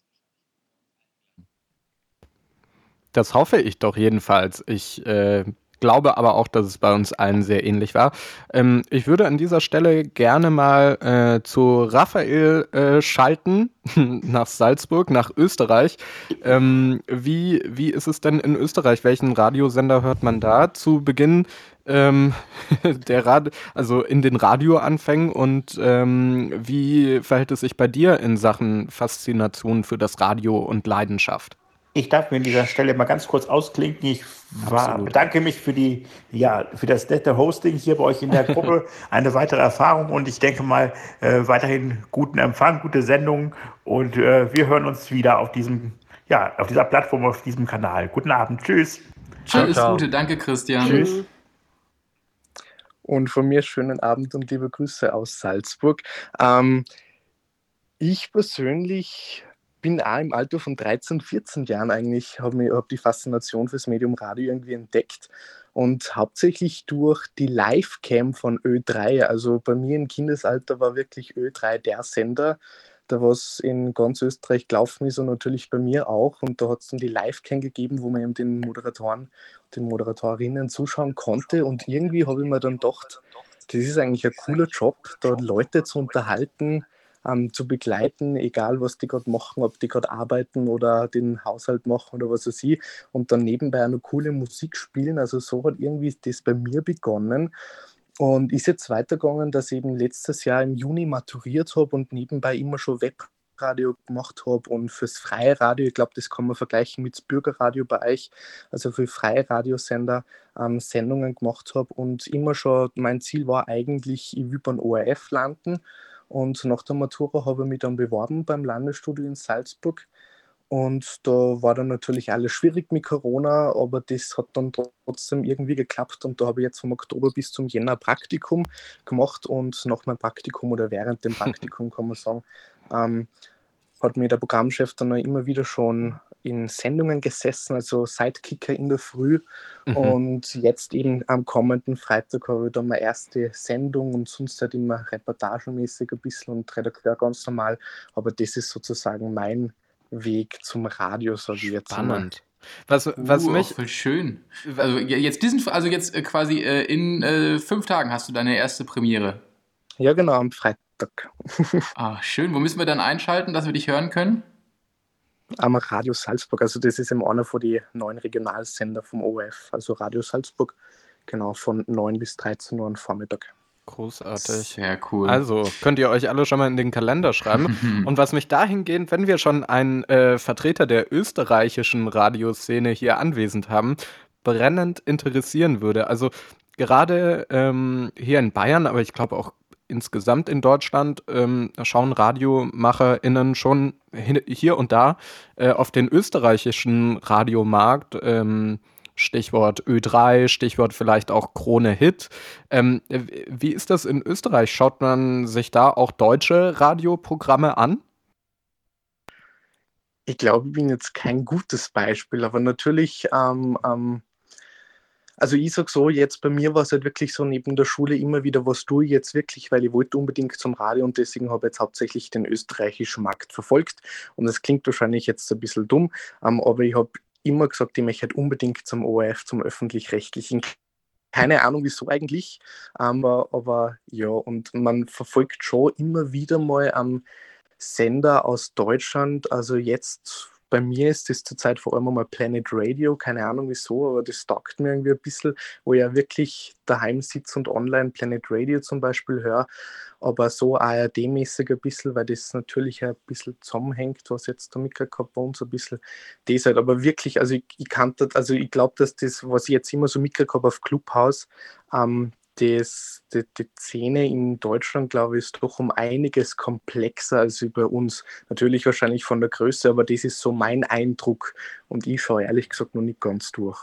Das hoffe ich doch jedenfalls. Ich äh, glaube aber auch, dass es bei uns allen sehr ähnlich war. Ähm, ich würde an dieser Stelle gerne mal äh, zu Raphael äh, schalten, nach Salzburg, nach Österreich. Ähm, wie, wie ist es denn in Österreich? Welchen Radiosender hört man da zu Beginn ähm, der Rad also in den Radioanfängen, und ähm, wie verhält es sich bei dir in Sachen Faszination für das Radio und Leidenschaft? Ich darf mir an dieser Stelle mal ganz kurz ausklinken. Ich war, Absolut. bedanke mich für die, ja, für das nette Hosting hier bei euch in der Gruppe. Eine weitere Erfahrung, und ich denke mal äh, weiterhin guten Empfang, gute Sendungen, und äh, wir hören uns wieder auf diesem, ja, auf dieser Plattform, auf diesem Kanal. Guten Abend, tschüss. Alles ciao. Gute, danke Christian. Tschüss. Und von mir schönen Abend und liebe Grüße aus Salzburg. Ähm, ich persönlich bin auch im Alter von dreizehn, vierzehn Jahren eigentlich, habe hab die Faszination fürs Medium Radio irgendwie entdeckt, und hauptsächlich durch die Livecam von Ö drei. Also bei mir im Kindesalter war wirklich Ö drei der Sender, da was in ganz Österreich gelaufen ist, und natürlich bei mir auch. Und da hat es dann die Livecam gegeben, wo man eben den Moderatoren, den Moderatorinnen zuschauen konnte. Und irgendwie habe ich mir dann gedacht, das ist eigentlich ein cooler Job, da Leute zu unterhalten, ähm, zu begleiten, egal was die gerade machen, ob die gerade arbeiten oder den Haushalt machen oder was weiß ich, und dann nebenbei auch noch coole Musik spielen. Also so hat irgendwie das bei mir begonnen. Und ist jetzt weitergegangen, dass ich eben letztes Jahr im Juni maturiert habe und nebenbei immer schon Webradio gemacht habe, und fürs freie Radio, ich glaube, das kann man vergleichen mit dem Bürgerradio bei euch, also für freie Radiosender ähm, Sendungen gemacht habe, und immer schon, mein Ziel war eigentlich, ich will beim O R F landen, und nach der Matura habe ich mich dann beworben beim Landesstudio in Salzburg. Und da war dann natürlich alles schwierig mit Corona, aber das hat dann trotzdem irgendwie geklappt, und da habe ich jetzt vom Oktober bis zum Jänner Praktikum gemacht, und nach meinem Praktikum oder während dem Praktikum, kann man sagen, ähm, hat mir der Programmchef dann auch immer wieder schon in Sendungen gesessen, also Sidekicker in der Früh. Mhm. Und jetzt eben am kommenden Freitag habe ich dann meine erste Sendung, und sonst halt immer reportagemäßig ein bisschen und Redakteur ganz normal. Aber das ist sozusagen mein Weg zum Radio, sage ich jetzt mal. Spannend. Was, was uh, mich, voll schön. Also jetzt diesen, also jetzt äh, quasi äh, in äh, fünf Tagen hast du deine erste Premiere. Ja, genau, am Freitag. Ah, schön. Wo müssen wir dann einschalten, dass wir dich hören können? am Radio Salzburg. Also das ist eben einer von den neuen Regionalsender vom O R F. Also Radio Salzburg, genau, von neun bis dreizehn Uhr am Vormittag. Großartig. Sehr cool. Also könnt ihr euch alle schon mal in den Kalender schreiben. Und was mich dahingehend, wenn wir schon einen äh, Vertreter der österreichischen Radioszene hier anwesend haben, brennend interessieren würde. Also gerade ähm, hier in Bayern, aber ich glaube auch insgesamt in Deutschland, ähm, schauen RadiomacherInnen schon hin, hier und da äh, auf den österreichischen Radiomarkt. Ähm, Stichwort Ö drei, Stichwort vielleicht auch Krone Hit. Ähm, wie ist das in Österreich? Schaut man sich da auch deutsche Radioprogramme an? Ich glaube, ich bin jetzt kein gutes Beispiel, aber natürlich, ähm, ähm, also ich sage so, jetzt bei mir war es halt wirklich so neben der Schule immer wieder, was tue ich jetzt wirklich, weil ich wollte unbedingt zum Radio und deswegen habe ich jetzt hauptsächlich den österreichischen Markt verfolgt und das klingt wahrscheinlich jetzt ein bisschen dumm, ähm, aber ich habe immer gesagt, ich möchte halt unbedingt zum O R F, zum Öffentlich-Rechtlichen. Keine Ahnung, wieso eigentlich, aber, aber ja, und man verfolgt schon immer wieder mal am Sender aus Deutschland. Also jetzt bei mir ist das zurzeit vor allem mal Planet Radio, keine Ahnung wieso, aber das taugt mir irgendwie ein bisschen, wo ich ja wirklich daheim sitze und online Planet Radio zum Beispiel höre, aber so A R D-mäßig ein bisschen, weil das natürlich ein bisschen zusammenhängt, was jetzt der Mika gehabt bei uns ein bisschen das halt, aber wirklich, also ich, ich kann das, also ich glaube, dass das, was ich jetzt immer so mitgekriegt habe auf Clubhouse, ähm, das, die, die Szene in Deutschland, glaube ich, ist doch um einiges komplexer als wie bei uns. Natürlich wahrscheinlich von der Größe, aber das ist so mein Eindruck und ich schaue ehrlich gesagt noch nicht ganz durch.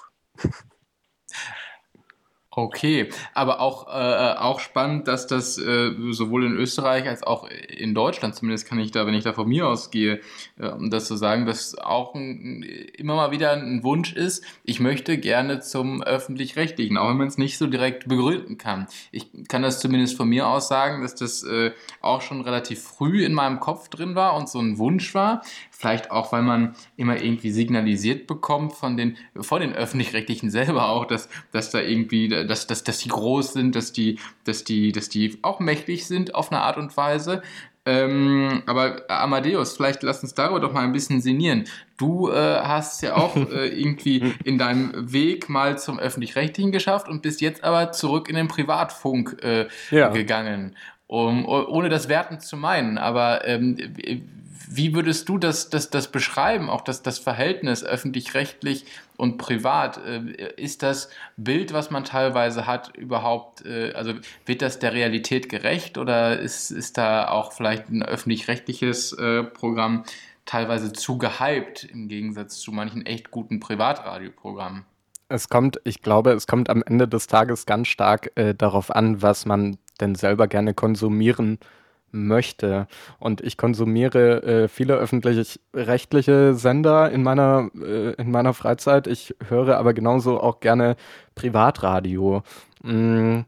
Okay, aber auch, äh, auch spannend, dass das äh, sowohl in Österreich als auch in Deutschland, zumindest kann ich da, wenn ich da von mir ausgehe, äh, um das zu sagen, dass auch ein, immer mal wieder ein Wunsch ist, ich möchte gerne zum Öffentlich-Rechtlichen, auch wenn man es nicht so direkt begründen kann. Ich kann das zumindest von mir aus sagen, dass das äh, auch schon relativ früh in meinem Kopf drin war und so ein Wunsch war. Vielleicht auch, weil man immer irgendwie signalisiert bekommt von den, von den Öffentlich-Rechtlichen selber auch, dass, dass da irgendwie, dass, dass, dass die groß sind, dass die, dass die, dass die auch mächtig sind auf eine Art und Weise. Ähm, aber Amadeus, vielleicht lass uns darüber doch mal ein bisschen sinnieren. Du äh, hast ja auch äh, irgendwie in deinem Weg mal zum Öffentlich-Rechtlichen geschafft und bist jetzt aber zurück in den Privatfunk äh, Ja. gegangen. Um, ohne das wertend zu meinen, aber ähm, wie würdest du das, das, das beschreiben, auch das, das Verhältnis öffentlich-rechtlich und privat? Äh, ist das Bild, was man teilweise hat, überhaupt, äh, also wird das der Realität gerecht oder ist, ist da auch vielleicht ein öffentlich-rechtliches äh, Programm teilweise zu gehypt im Gegensatz zu manchen echt guten Privatradioprogrammen? Es kommt, ich glaube, es kommt am Ende des Tages ganz stark äh, darauf an, was man denn selber gerne konsumieren möchte. Und ich konsumiere äh, viele öffentlich-rechtliche Sender in meiner, äh, in meiner Freizeit. Ich höre aber genauso auch gerne Privatradio. Mm,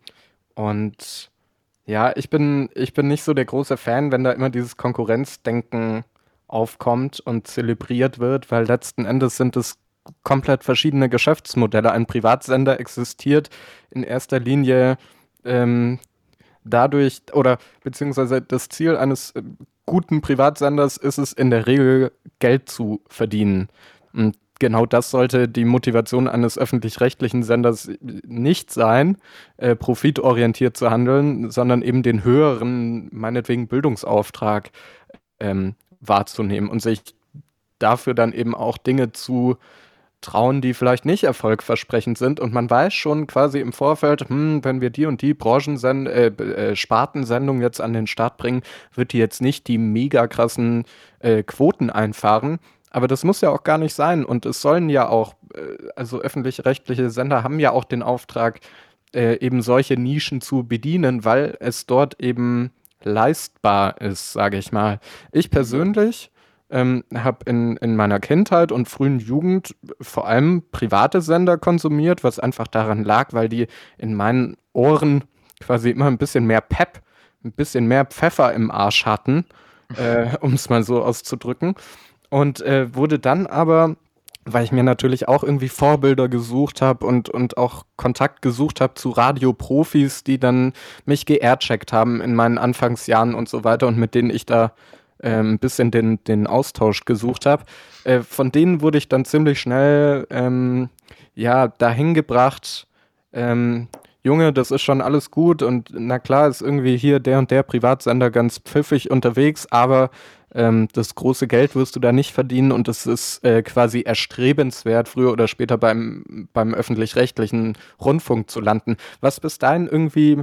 Und ja, ich bin, ich bin nicht so der große Fan, wenn da immer dieses Konkurrenzdenken aufkommt und zelebriert wird, weil letzten Endes sind es komplett verschiedene Geschäftsmodelle. Ein Privatsender existiert in erster Linie ähm, dadurch, oder beziehungsweise das Ziel eines äh, guten Privatsenders ist es in der Regel, Geld zu verdienen. Und genau das sollte die Motivation eines öffentlich-rechtlichen Senders nicht sein, äh, profitorientiert zu handeln, sondern eben den höheren, meinetwegen Bildungsauftrag ähm, wahrzunehmen und sich dafür dann eben auch Dinge zu trauen, die vielleicht nicht erfolgversprechend sind. Und man weiß schon quasi im Vorfeld, hm, wenn wir die und die Branchensend äh, äh, Spartensendung jetzt an den Start bringen, wird die jetzt nicht die mega krassen äh, Quoten einfahren. Aber das muss ja auch gar nicht sein. Und es sollen ja auch, äh, also öffentlich-rechtliche Sender haben ja auch den Auftrag, äh, eben solche Nischen zu bedienen, weil es dort eben leistbar ist, sage ich mal. Ich persönlich ähm, habe in, in meiner Kindheit und frühen Jugend vor allem private Sender konsumiert, was einfach daran lag, weil die in meinen Ohren quasi immer ein bisschen mehr Pep, ein bisschen mehr Pfeffer im Arsch hatten, äh, um es mal so auszudrücken. Und äh, wurde dann aber, weil ich mir natürlich auch irgendwie Vorbilder gesucht habe und, und auch Kontakt gesucht habe zu Radioprofis, die dann mich geaircheckt haben in meinen Anfangsjahren und so weiter und mit denen ich da äh, ein bisschen den, den Austausch gesucht habe. Äh, von denen wurde ich dann ziemlich schnell ähm, ja, dahin gebracht, ähm, Junge, das ist schon alles gut und na klar ist irgendwie hier der und der Privatsender ganz pfiffig unterwegs, aber ähm, das große Geld wirst du da nicht verdienen und es ist äh, quasi erstrebenswert, früher oder später beim, beim öffentlich-rechtlichen Rundfunk zu landen, was bis dahin irgendwie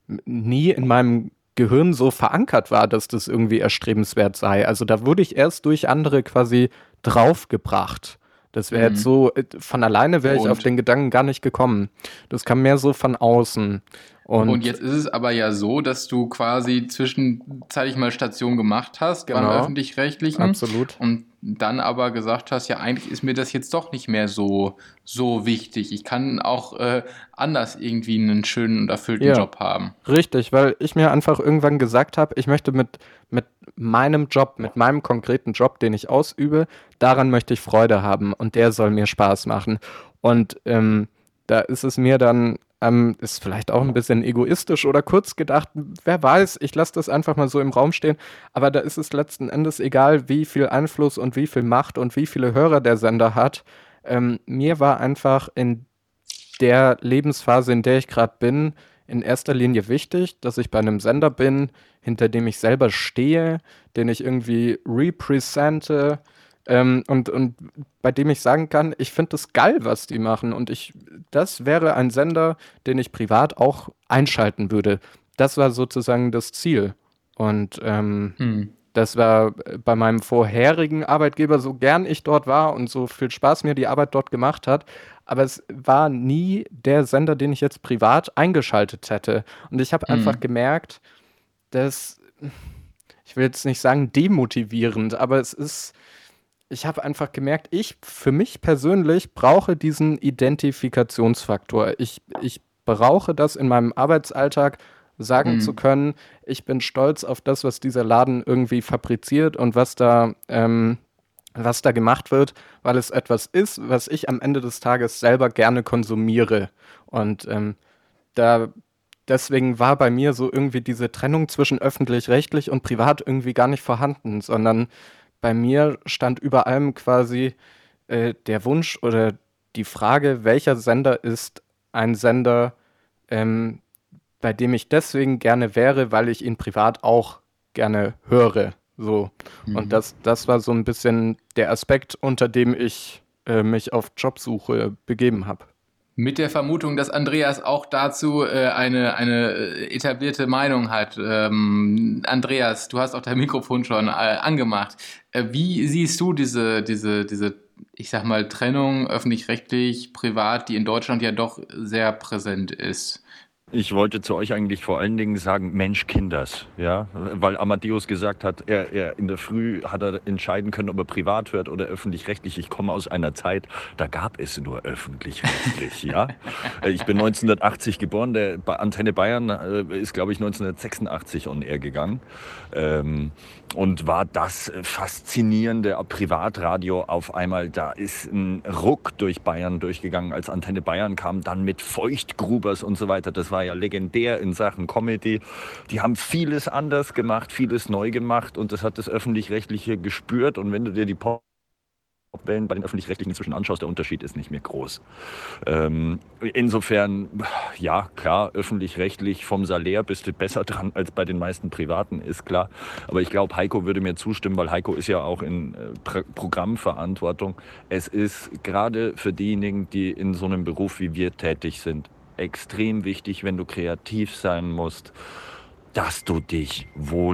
nie in meinem Gehirn so verankert war, dass das irgendwie erstrebenswert sei. Also da wurde ich erst durch andere quasi draufgebracht. Das wäre jetzt Mhm. so, äh, von alleine wäre ich auf Und, den Gedanken gar nicht gekommen. Das kam mehr so von außen. und Und jetzt ist es aber ja so, dass du quasi zwischenzeitlich mal Station gemacht hast beim genau, Öffentlich-Rechtlichen absolut. und dann aber gesagt hast, ja, eigentlich ist mir das jetzt doch nicht mehr so, so wichtig. Ich kann auch äh, anders irgendwie einen schönen und erfüllten Ja, Job haben. richtig, weil ich mir einfach irgendwann gesagt habe, ich möchte mit, mit meinem Job, mit meinem konkreten Job, den ich ausübe, daran möchte ich Freude haben und der soll mir Spaß machen. Und ähm, da ist es mir dann, ähm, ist vielleicht auch ein bisschen egoistisch oder kurz gedacht, wer weiß, ich lasse das einfach mal so im Raum stehen, aber da ist es letzten Endes egal, wie viel Einfluss und wie viel Macht und wie viele Hörer der Sender hat. Ähm, mir war einfach in der Lebensphase, in der ich gerade bin, in erster Linie wichtig, dass ich bei einem Sender bin, hinter dem ich selber stehe, den ich irgendwie represente ähm, und, und bei dem ich sagen kann, ich finde das geil, was die machen und ich, das wäre ein Sender, den ich privat auch einschalten würde. Das war sozusagen das Ziel. Und ähm, Hm. das war äh, bei meinem vorherigen Arbeitgeber, so gern ich dort war und so viel Spaß mir die Arbeit dort gemacht hat, aber es war nie der Sender, den ich jetzt privat eingeschaltet hätte. Und ich habe einfach Hm. gemerkt, dass, ich will jetzt nicht sagen demotivierend, aber es ist, ich habe einfach gemerkt, ich für mich persönlich brauche diesen Identifikationsfaktor. Ich, ich brauche das in meinem Arbeitsalltag, sagen zu Hm. können, ich bin stolz auf das, was dieser Laden irgendwie fabriziert und was da, ähm, was da gemacht wird, weil es etwas ist, was ich am Ende des Tages selber gerne konsumiere. Und ähm, da deswegen war bei mir so irgendwie diese Trennung zwischen öffentlich-rechtlich und privat irgendwie gar nicht vorhanden, sondern bei mir stand über allem quasi äh, der Wunsch oder die Frage, welcher Sender ist ein Sender, ähm, bei dem ich deswegen gerne wäre, weil ich ihn privat auch gerne höre. So. Und Mhm. das, das war so ein bisschen der Aspekt, unter dem ich äh, mich auf Jobsuche begeben habe. Mit der Vermutung, dass Andreas auch dazu äh, eine, eine äh, etablierte Meinung hat. Ähm, Andreas, du hast auch dein Mikrofon schon äh, angemacht. Äh, wie siehst du diese, diese, diese, ich sag mal, Trennung öffentlich-rechtlich, privat, die in Deutschland ja doch sehr präsent ist? Ich wollte zu euch eigentlich vor allen Dingen sagen, Mensch, Kinders, ja, weil Amadeus gesagt hat, er, er in der Früh hat er entscheiden können, ob er privat hört oder öffentlich-rechtlich. Ich komme aus einer Zeit, da gab es nur öffentlich-rechtlich, ja. Ich bin neunzehnhundertachtzig geboren, der bei Antenne Bayern äh, ist, glaube ich, neunzehnhundertsechsundachtzig on air gegangen ähm, und war das faszinierende Privatradio auf einmal. Da ist ein Ruck durch Bayern durchgegangen, als Antenne Bayern kam, dann mit Feuchtgrubers und so weiter. Das war ja legendär in Sachen Comedy. Die haben vieles anders gemacht, vieles neu gemacht und das hat das Öffentlich-Rechtliche gespürt. Und wenn du dir die Popwellen bei den Öffentlich-Rechtlichen inzwischen anschaust, der Unterschied ist nicht mehr groß. Ähm, insofern, ja, klar, öffentlich-rechtlich vom Salär bist du besser dran als bei den meisten Privaten, ist klar. Aber ich glaube, Heiko würde mir zustimmen, weil Heiko ist ja auch in äh, Pro- Programmverantwortung. Es ist gerade für diejenigen, die in so einem Beruf wie wir tätig sind, extrem wichtig, wenn du kreativ sein musst, dass du dich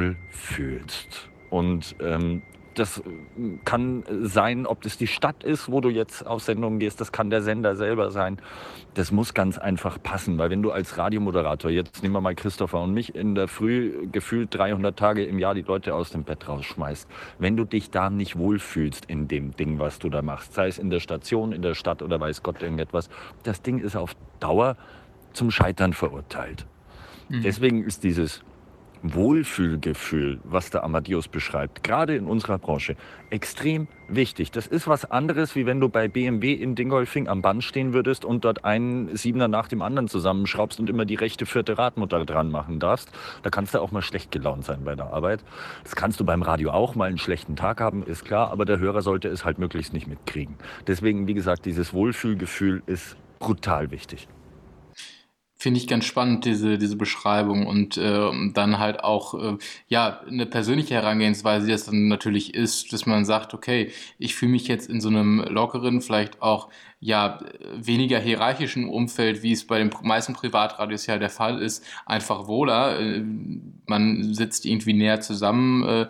wohlfühlst. Und ähm, das kann sein, ob das die Stadt ist, wo du jetzt auf Sendung gehst, das kann der Sender selber sein. Das muss ganz einfach passen, weil wenn du als Radiomoderator, jetzt nehmen wir mal Christopher und mich, in der Früh gefühlt dreihundert Tage im Jahr die Leute aus dem Bett rausschmeißt, wenn du dich da nicht wohlfühlst in dem Ding, was du da machst, sei es in der Station, in der Stadt oder weiß Gott irgendetwas, das Ding ist auf Dauer zum Scheitern verurteilt. Mhm. Deswegen ist dieses Wohlfühlgefühl, was der Amadeus beschreibt, gerade in unserer Branche, extrem wichtig. Das ist was anderes, wie wenn du bei B M W in Dingolfing am Band stehen würdest und dort einen Siebener nach dem anderen zusammenschraubst und immer die rechte, vierte Radmutter dran machen darfst. Da kannst du auch mal schlecht gelaunt sein bei der Arbeit. Das kannst du beim Radio auch mal einen schlechten Tag haben, ist klar, aber der Hörer sollte es halt möglichst nicht mitkriegen. Deswegen, wie gesagt, dieses Wohlfühlgefühl ist brutal wichtig. Finde ich ganz spannend, diese, diese Beschreibung und äh, dann halt auch äh, ja, eine persönliche Herangehensweise, die das dann natürlich ist, dass man sagt, okay, ich fühle mich jetzt in so einem lockeren, vielleicht auch ja weniger hierarchischen Umfeld, wie es bei den meisten Privatradios ja der Fall ist, einfach wohler. Äh, man sitzt irgendwie näher zusammen. Äh,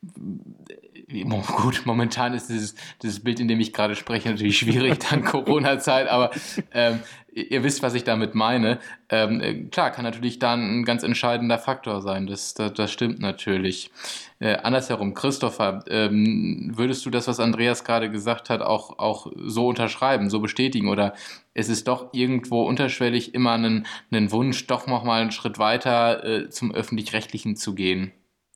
Gut, momentan ist dieses, dieses Bild, in dem ich gerade spreche, natürlich schwierig, dann Corona-Zeit, aber ähm, ihr wisst, was ich damit meine. Ähm, klar, kann natürlich dann ein ganz entscheidender Faktor sein, das, das, das stimmt natürlich. Äh, andersherum, Christopher, ähm, würdest du das, was Andreas gerade gesagt hat, auch, auch so unterschreiben, so bestätigen, oder ist es doch irgendwo unterschwellig immer ein, ein Wunsch, doch noch mal einen Schritt weiter äh, zum Öffentlich-Rechtlichen zu gehen?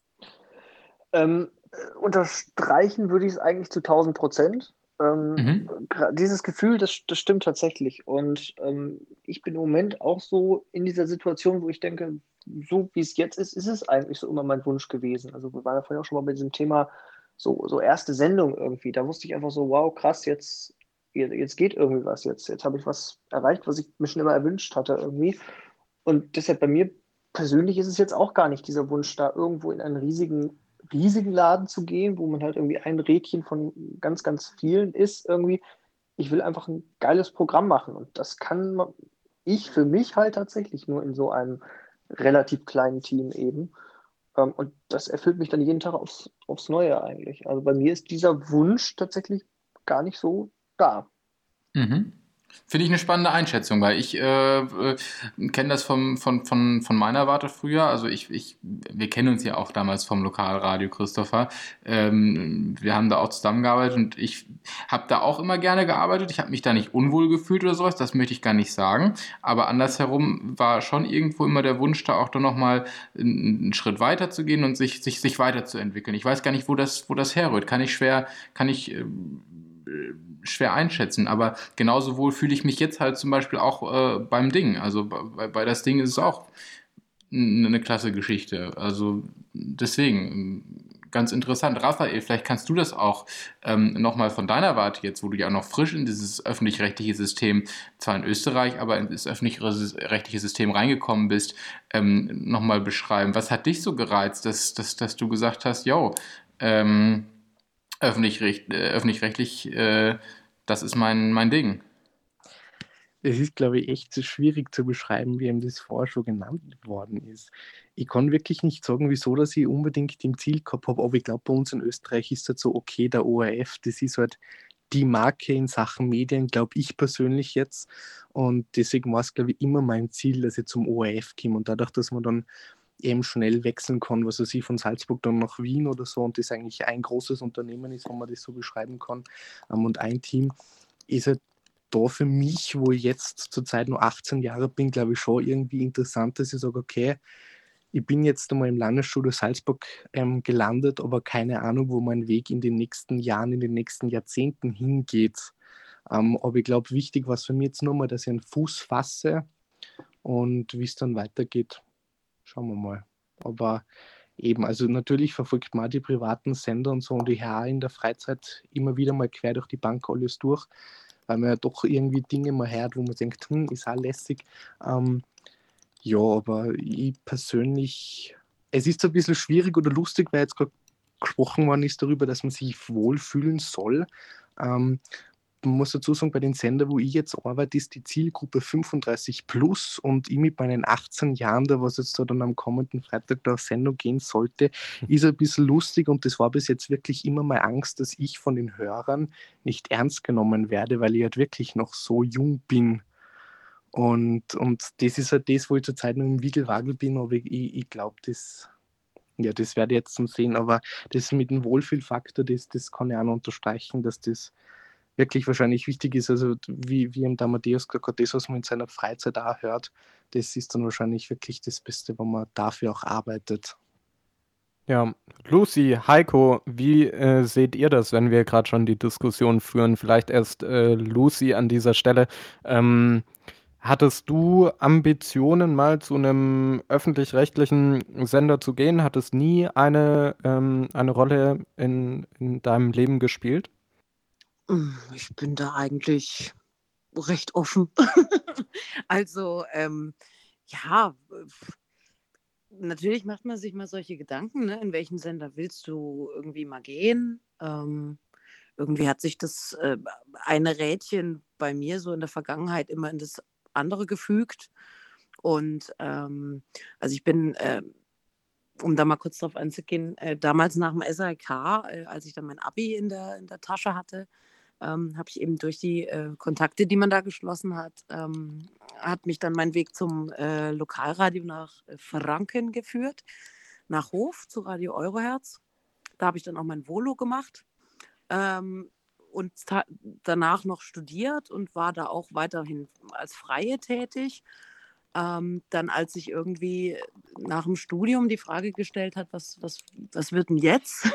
Ähm, unterstreichen würde ich es eigentlich zu tausend Prozent. Ähm, Mhm. Dieses Gefühl, das, das stimmt tatsächlich. Und ähm, ich bin im Moment auch so in dieser Situation, wo ich denke, so wie es jetzt ist, ist es eigentlich so immer mein Wunsch gewesen. Also wir waren ja vorhin auch schon mal bei diesem Thema so, so erste Sendung irgendwie. Da wusste ich einfach so, wow, krass, jetzt, jetzt geht irgendwie was. Jetzt, jetzt habe ich was erreicht, was ich mir schon immer erwünscht hatte irgendwie. Und deshalb bei mir persönlich ist es jetzt auch gar nicht dieser Wunsch, da irgendwo in einen riesigen riesigen Laden zu gehen, wo man halt irgendwie ein Rädchen von ganz, ganz vielen ist irgendwie. Ich will einfach ein geiles Programm machen und das kann man, ich für mich halt tatsächlich nur in so einem relativ kleinen Team eben. Ähm, und das erfüllt mich dann jeden Tag aufs, aufs Neue eigentlich. Also bei mir ist dieser Wunsch tatsächlich gar nicht so da. Mhm. Finde ich eine spannende Einschätzung, weil ich äh, äh, kenne das vom, von, von, von meiner Warte früher. Also ich, ich, wir kennen uns ja auch damals vom Lokalradio, Christopher. Ähm, wir haben da auch zusammengearbeitet und ich habe da auch immer gerne gearbeitet. Ich habe mich da nicht unwohl gefühlt oder sowas, das möchte ich gar nicht sagen. Aber andersherum war schon irgendwo immer der Wunsch, da auch dann nochmal einen Schritt weiter zu gehen und sich, sich, sich weiterzuentwickeln. Ich weiß gar nicht, wo das, wo das herrührt. Kann ich schwer, kann ich äh, schwer einschätzen, aber genauso wohl fühle ich mich jetzt halt zum Beispiel auch äh, beim Ding. Also bei, bei das Ding ist es auch eine klasse Geschichte. Also deswegen ganz interessant. Raphael, vielleicht kannst du das auch ähm, nochmal von deiner Warte jetzt, wo du ja noch frisch in dieses öffentlich-rechtliche System, zwar in Österreich, aber in das öffentlich-rechtliche System reingekommen bist, ähm, nochmal beschreiben. Was hat dich so gereizt, dass, dass, dass du gesagt hast, yo, ähm, öffentlich-recht, äh, öffentlich-rechtlich, äh, das ist mein, mein Ding. Es ist, glaube ich, echt so schwierig zu beschreiben, wie ihm das vorher schon genannt worden ist. Ich kann wirklich nicht sagen, wieso dass ich unbedingt im Ziel gehabt habe, aber ich glaube, bei uns in Österreich ist das so, okay, der O R F, das ist halt die Marke in Sachen Medien, glaube ich persönlich jetzt. Und deswegen war es, glaube ich, immer mein Ziel, dass ich zum O R F komme. Und dadurch, dass man dann eben schnell wechseln kann, was weiß ich, von Salzburg dann nach Wien oder so, und das eigentlich ein großes Unternehmen ist, wenn man das so beschreiben kann, und ein Team, ist halt da für mich, wo ich jetzt zurzeit nur achtzehn Jahre bin, glaube ich schon irgendwie interessant, dass ich sage, okay, ich bin jetzt einmal im Landesstudio Salzburg ähm, gelandet, aber keine Ahnung, wo mein Weg in den nächsten Jahren, in den nächsten Jahrzehnten hingeht. Ähm, aber ich glaube, wichtig war es für mich jetzt nur mal, dass ich einen Fuß fasse und wie es dann weitergeht, schauen wir mal. Aber eben, also natürlich verfolgt man die privaten Sender und so und ich höre in der Freizeit immer wieder mal quer durch die Bank alles durch, weil man ja doch irgendwie Dinge mal hört, wo man denkt, hm, ist auch lässig. Ähm, ja, aber ich persönlich, es ist so ein bisschen schwierig oder lustig, weil jetzt gerade gesprochen worden ist darüber, dass man sich wohlfühlen soll. Ähm, man muss dazu sagen, bei den Sendern, wo ich jetzt arbeite, ist die Zielgruppe fünfunddreißig plus und ich mit meinen achtzehn Jahren, da was jetzt da dann am kommenden Freitag da auf Sendung gehen sollte, ist ein bisschen lustig und das war bis jetzt wirklich immer meine Angst, dass ich von den Hörern nicht ernst genommen werde, weil ich halt wirklich noch so jung bin. Und, und das ist halt das, wo ich zurzeit noch im Wiegelwagel bin, aber ich, ich glaube, das, ja, das werde ich jetzt zum sehen, aber das mit dem Wohlfühlfaktor, das, das kann ich auch noch unterstreichen, dass das wirklich wahrscheinlich wichtig ist, also wie, wie ihm der Amadeus gesagt hat, das, was man in seiner Freizeit auch hört, das ist dann wahrscheinlich wirklich das Beste, wenn man dafür auch arbeitet. Ja, Lucy, Heiko, wie äh, seht ihr das, wenn wir gerade schon die Diskussion führen? Vielleicht erst äh, Lucy an dieser Stelle. Ähm, hattest du Ambitionen, mal zu einem öffentlich-rechtlichen Sender zu gehen? Hat es nie eine, ähm, eine Rolle in, in deinem Leben gespielt? Ich bin da eigentlich recht offen. Also, ähm, ja, natürlich macht man sich mal solche Gedanken, ne? In welchen Sender willst du irgendwie mal gehen? Ähm, irgendwie hat sich das äh, eine Rädchen bei mir so in der Vergangenheit immer in das andere gefügt. Und ähm, also ich bin, äh, um da mal kurz drauf einzugehen, äh, damals nach dem S A K, äh, als ich dann mein Abi in der, in der Tasche hatte, ähm, habe ich eben durch die äh, Kontakte, die man da geschlossen hat, ähm, hat mich dann mein Weg zum äh, Lokalradio nach äh, Franken geführt, nach Hof zu Radio Eurohertz. Da habe ich dann auch mein Volo gemacht ähm, und ta- danach noch studiert und war da auch weiterhin als Freie tätig. Ähm, dann, als sich irgendwie nach dem Studium die Frage gestellt hat, was, was, was wird denn jetzt,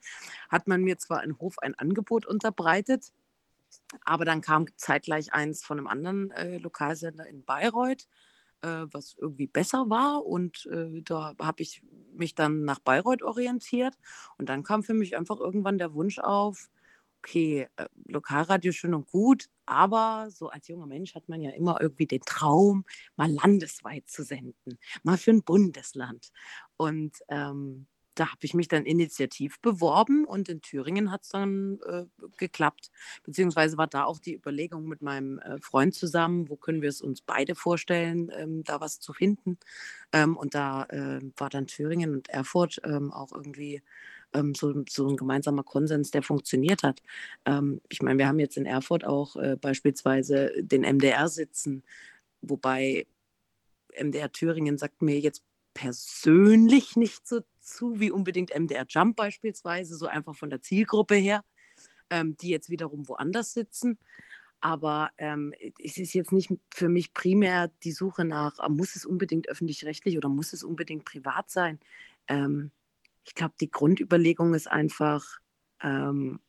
hat man mir zwar in Hof ein Angebot unterbreitet, aber dann kam zeitgleich eins von einem anderen äh, Lokalsender in Bayreuth, äh, was irgendwie besser war. Und äh, da habe ich mich dann nach Bayreuth orientiert. Und dann kam für mich einfach irgendwann der Wunsch auf, okay, äh, Lokalradio schön und gut, aber so als junger Mensch hat man ja immer irgendwie den Traum, mal landesweit zu senden, mal für ein Bundesland. Und ähm, da habe ich mich dann initiativ beworben und in Thüringen hat es dann äh, geklappt. Beziehungsweise war da auch die Überlegung mit meinem äh, Freund zusammen, wo können wir es uns beide vorstellen, ähm, da was zu finden. Ähm, und da äh, war dann Thüringen und Erfurt ähm, auch irgendwie ähm, so, so ein gemeinsamer Konsens, der funktioniert hat. Ähm, ich meine, wir haben jetzt in Erfurt auch äh, beispielsweise den M D R sitzen, wobei M D R Thüringen sagt mir jetzt persönlich nicht so zu wie unbedingt M D R Jump beispielsweise, so einfach von der Zielgruppe her, ähm, die jetzt wiederum woanders sitzen. Aber ähm, es ist jetzt nicht für mich primär die Suche nach, muss es unbedingt öffentlich-rechtlich oder muss es unbedingt privat sein? Ähm, ich glaube, die Grundüberlegung ist einfach, ähm,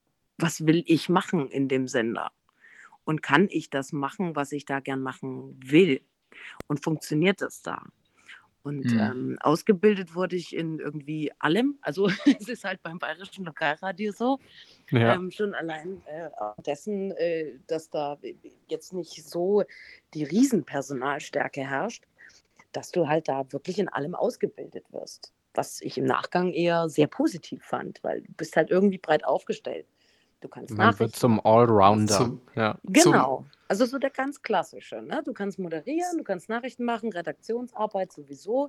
was will ich machen in dem Sender? Und kann ich das machen, was ich da gern machen will? Und funktioniert das da? Und Hm. ähm, ausgebildet wurde ich in irgendwie allem. Also es ist halt beim Bayerischen Lokalradio so. Ja. Ähm, schon allein äh, dessen, äh, dass da jetzt nicht so die Riesenpersonalstärke herrscht, dass du halt da wirklich in allem ausgebildet wirst. Was ich im Nachgang eher sehr positiv fand, weil du bist halt irgendwie breit aufgestellt. Du kannst Man wird Nachrichten zum machen. Allrounder. Zum, Ja. Genau. Also so der ganz klassische. Ne? Du kannst moderieren, du kannst Nachrichten machen, Redaktionsarbeit sowieso,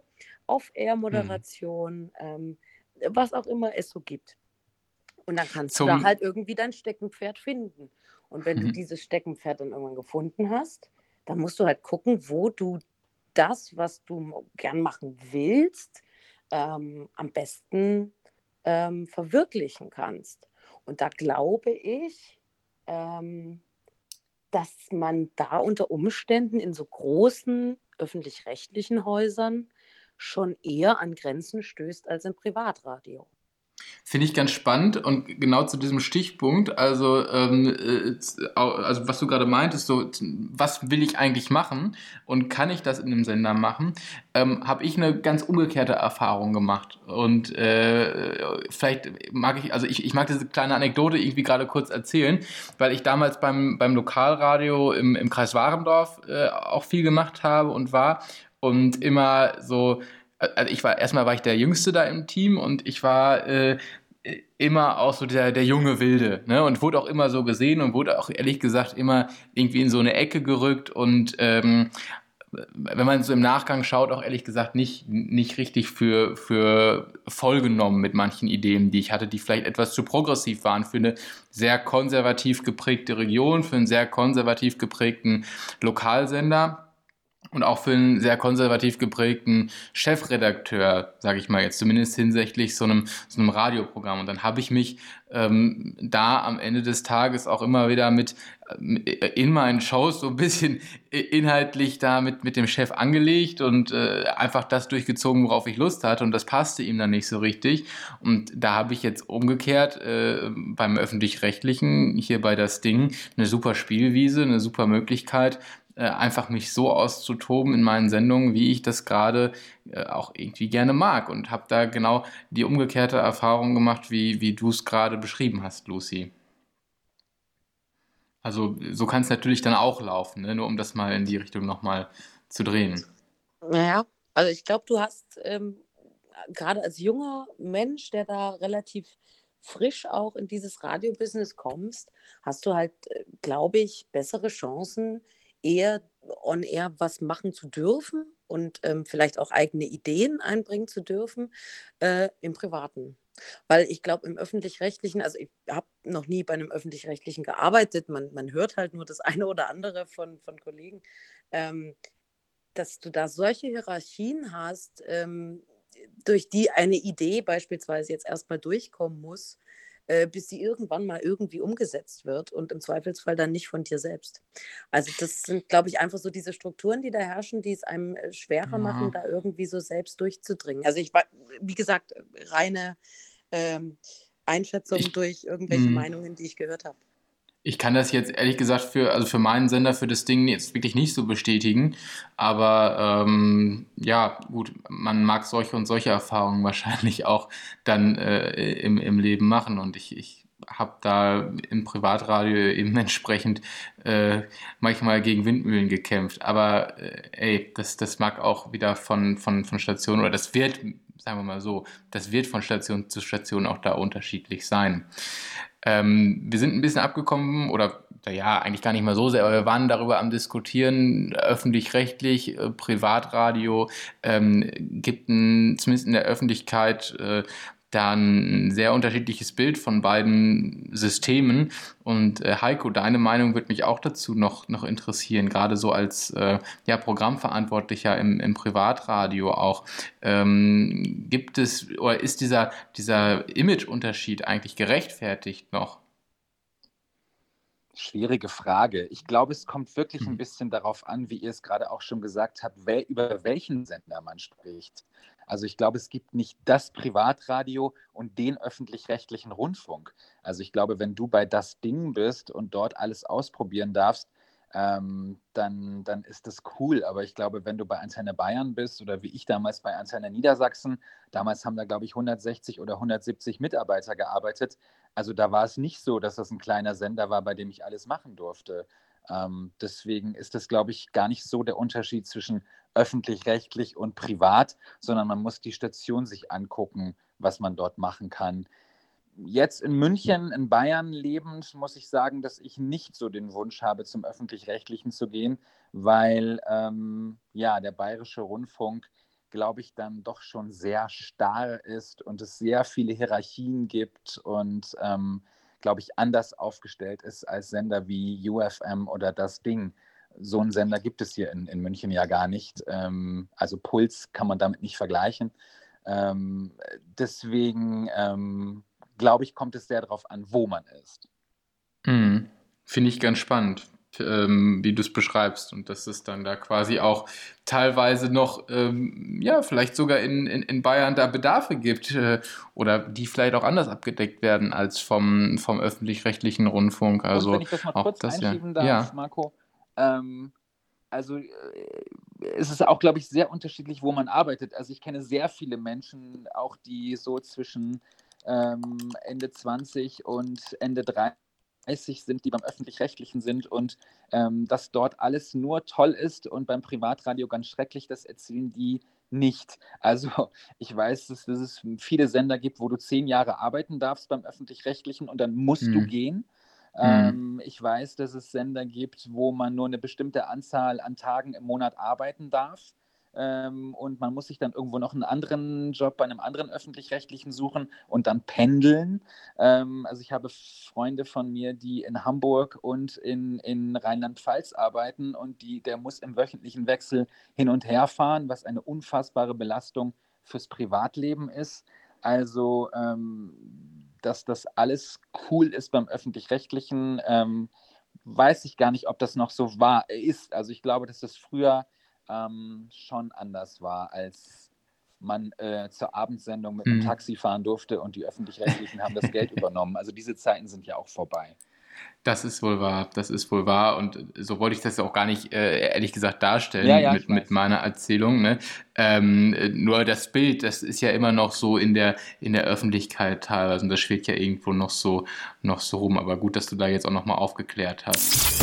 Off-Air-Moderation, ähm, was auch immer es so gibt. Und dann kannst du da zum, halt irgendwie dein Steckenpferd finden. Und wenn du Mhm. dieses Steckenpferd dann irgendwann gefunden hast, dann musst du halt gucken, wo du das, was du gern machen willst, ähm, am besten ähm, verwirklichen kannst. Und da glaube ich, ähm, dass man da unter Umständen in so großen öffentlich-rechtlichen Häusern schon eher an Grenzen stößt als im Privatradio. Finde ich ganz spannend und genau zu diesem Stichpunkt, also, ähm, äh, also was du gerade meintest, so, was will ich eigentlich machen und kann ich das in einem Sender machen, ähm, habe ich eine ganz umgekehrte Erfahrung gemacht und äh, vielleicht mag ich, also ich, ich mag diese kleine Anekdote irgendwie gerade kurz erzählen, weil ich damals beim, beim Lokalradio im, im Kreis Warendorf äh, auch viel gemacht habe und war und immer so. Also ich war, erstmal war ich der Jüngste da im Team und ich war äh, immer auch so der, der junge Wilde, ne? Und wurde auch immer so gesehen und wurde auch ehrlich gesagt immer irgendwie in so eine Ecke gerückt und ähm, wenn man so im Nachgang schaut, auch ehrlich gesagt nicht, nicht richtig für, für voll genommen mit manchen Ideen, die ich hatte, die vielleicht etwas zu progressiv waren für eine sehr konservativ geprägte Region, für einen sehr konservativ geprägten Lokalsender. Und auch für einen sehr konservativ geprägten Chefredakteur, sage ich mal jetzt, zumindest hinsichtlich so einem, so einem Radioprogramm. Und dann habe ich mich ähm, da am Ende des Tages auch immer wieder mit äh, in meinen Shows so ein bisschen inhaltlich da mit, mit dem Chef angelegt und äh, einfach das durchgezogen, worauf ich Lust hatte. Und das passte ihm dann nicht so richtig. Und da habe ich jetzt umgekehrt äh, beim Öffentlich-Rechtlichen, hier bei Das Ding, eine super Spielwiese, eine super Möglichkeit, einfach mich so auszutoben in meinen Sendungen, wie ich das gerade äh, auch irgendwie gerne mag, und habe da genau die umgekehrte Erfahrung gemacht, wie, wie du es gerade beschrieben hast, Lucy. Also so kann es natürlich dann auch laufen, ne? Nur um das mal in die Richtung nochmal zu drehen. Naja, also ich glaube, du hast ähm, gerade als junger Mensch, der da relativ frisch auch in dieses Radiobusiness kommst, hast du halt, äh, glaube ich, bessere Chancen, eher on air was machen zu dürfen und ähm, vielleicht auch eigene Ideen einbringen zu dürfen äh, im Privaten. Weil ich glaube, im Öffentlich-Rechtlichen, also ich habe noch nie bei einem Öffentlich-Rechtlichen gearbeitet, man, man hört halt nur das eine oder andere von, von Kollegen, ähm, dass du da solche Hierarchien hast, ähm, durch die eine Idee beispielsweise jetzt erstmal durchkommen muss, äh, bis sie irgendwann mal irgendwie umgesetzt wird und im Zweifelsfall dann nicht von dir selbst. Also das sind, glaube ich, einfach so diese Strukturen, die da herrschen, die es einem äh, schwerer machen, Ja. da irgendwie so selbst durchzudringen. Also ich war, wie gesagt, reine ähm, Einschätzung Ich, durch irgendwelche mh. Meinungen, die ich gehört habe. Ich kann das jetzt ehrlich gesagt für, also für meinen Sender, für das Ding jetzt wirklich nicht so bestätigen. Aber ähm, ja, gut, man mag solche und solche Erfahrungen wahrscheinlich auch dann äh, im, im Leben machen. Und ich, ich habe da im Privatradio eben entsprechend äh, manchmal gegen Windmühlen gekämpft. Aber äh, ey, das, das mag auch wieder von, von, von Station, oder das wird, sagen wir mal so, das wird von Station zu Station auch da unterschiedlich sein. Ähm, wir sind ein bisschen abgekommen, oder ja, eigentlich gar nicht mal so sehr, aber wir waren darüber am Diskutieren, öffentlich-rechtlich, äh, Privatradio, ähm, gibt ein, zumindest in der Öffentlichkeit äh, da ein sehr unterschiedliches Bild von beiden Systemen. Und äh, Heiko, deine Meinung würde mich auch dazu noch, noch interessieren, gerade so als äh, ja, Programmverantwortlicher im, im Privatradio auch. Ähm, gibt es, oder ist dieser, dieser Imageunterschied eigentlich gerechtfertigt noch? Schwierige Frage. Ich glaube, es kommt wirklich ein Mhm. bisschen darauf an, wie ihr es gerade auch schon gesagt habt, wel über welchen Sender man spricht. Also ich glaube, es gibt nicht das Privatradio und den öffentlich-rechtlichen Rundfunk. Also ich glaube, wenn du bei Das Ding bist und dort alles ausprobieren darfst, ähm, dann, dann ist das cool. Aber ich glaube, wenn du bei Antenne Bayern bist oder wie ich damals bei Antenne Niedersachsen, damals haben da, glaube ich, hundertsechzig oder hundertsiebzig Mitarbeiter gearbeitet. Also da war es nicht so, dass das ein kleiner Sender war, bei dem ich alles machen durfte. Ähm, deswegen ist das, glaube ich, gar nicht so der Unterschied zwischen öffentlich-rechtlich und privat, sondern man muss die Station sich angucken, was man dort machen kann. Jetzt in München, in Bayern lebend, muss ich sagen, dass ich nicht so den Wunsch habe, zum Öffentlich-Rechtlichen zu gehen, weil ähm, ja, der Bayerische Rundfunk, glaube ich, dann doch schon sehr starr ist und es sehr viele Hierarchien gibt und, ähm, glaube ich, anders aufgestellt ist als Sender wie U F M oder Das Ding. So einen Sender gibt es hier in, in München ja gar nicht. Ähm, also Puls kann man damit nicht vergleichen. Ähm, deswegen ähm, glaube ich, kommt es sehr darauf an, wo man ist. Mhm. Finde ich ganz spannend, ähm, wie du es beschreibst. Und dass es dann da quasi auch teilweise noch, ähm, ja, vielleicht sogar in, in, in Bayern da Bedarfe gibt äh, oder die vielleicht auch anders abgedeckt werden als vom, vom öffentlich-rechtlichen Rundfunk. Und Also wenn ich das mal auch kurz das ja. einschieben darf, Ja. Marco, ähm, also äh, es ist auch, glaube ich, sehr unterschiedlich, wo man arbeitet. Also ich kenne sehr viele Menschen, auch die so zwischen ähm, Ende zwanzig und Ende dreißig sind, die beim Öffentlich-Rechtlichen sind und ähm, dass dort alles nur toll ist und beim Privatradio ganz schrecklich, das erzählen die nicht. Also ich weiß, dass, dass es viele Sender gibt, wo du zehn Jahre arbeiten darfst beim Öffentlich-Rechtlichen und dann musst du Mhm. gehen. Mhm. Ähm, ich weiß, dass es Sender gibt, wo man nur eine bestimmte Anzahl an Tagen im Monat arbeiten darf. ähm, und man muss sich dann irgendwo noch einen anderen Job bei einem anderen Öffentlich-Rechtlichen suchen und dann pendeln. Ähm, also ich habe Freunde von mir, die in Hamburg und in, in Rheinland-Pfalz arbeiten und die, der muss im wöchentlichen Wechsel hin und her fahren, was eine unfassbare Belastung fürs Privatleben ist. Also, ähm, dass das alles cool ist beim Öffentlich-Rechtlichen, ähm, weiß ich gar nicht, ob das noch so war, ist. Also ich glaube, dass das früher ähm, schon anders war, als man äh, zur Abendsendung mit einem Mhm. Taxi fahren durfte und die Öffentlich-Rechtlichen haben das Geld übernommen. Also diese Zeiten sind ja auch vorbei. Das ist wohl wahr, das ist wohl wahr und so wollte ich das auch gar nicht, äh, ehrlich gesagt, darstellen Ja, ja, mit, ich mit weiß. meiner Erzählung. Ne? Ähm, äh, nur das Bild, das ist ja immer noch so in der, in der Öffentlichkeit teilweise und das schwebt ja irgendwo noch so, noch so rum. Aber gut, dass du da jetzt auch nochmal aufgeklärt hast.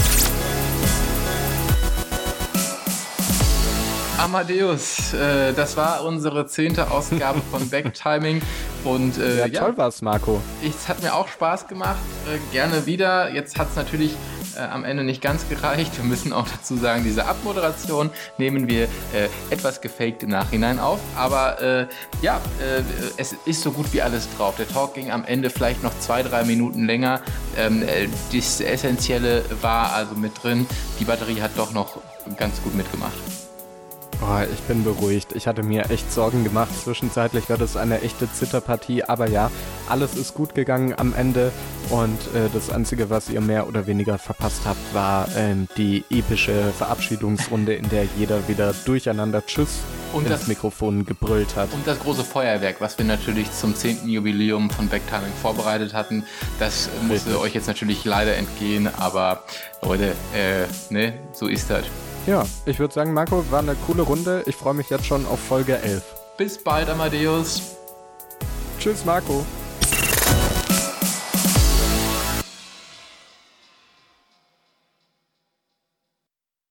Amadeus, äh, das war unsere zehnte Ausgabe von Backtiming und äh, Ja, ja, toll war's, Marco. es hat mir auch Spaß gemacht, äh, gerne wieder. Jetzt hat es natürlich äh, am Ende nicht ganz gereicht. Wir müssen auch dazu sagen, diese Abmoderation nehmen wir äh, etwas gefaked im Nachhinein auf. Aber äh, ja, äh, es ist so gut wie alles drauf. Der Talk ging am Ende vielleicht noch zwei, drei Minuten länger. Ähm, äh, das Essentielle war also mit drin. Die Batterie hat doch noch ganz gut mitgemacht. Oh, ich bin beruhigt. Ich hatte mir echt Sorgen gemacht. Zwischenzeitlich war das eine echte Zitterpartie. Aber ja, alles ist gut gegangen am Ende. Und äh, das Einzige, was ihr mehr oder weniger verpasst habt, war ähm, die epische Verabschiedungsrunde, in der jeder wieder durcheinander Tschüss Und ins das- Mikrofon gebrüllt hat. Und das große Feuerwerk, was wir natürlich zum zehnten Jubiläum von Backtiming vorbereitet hatten, das musste Richtig. euch jetzt natürlich leider entgehen, aber Leute, äh, ne, so ist das. Ja, ich würde sagen, Marco, war eine coole Runde. Ich freue mich jetzt schon auf Folge elf. Bis bald, Amadeus. Tschüss, Marco.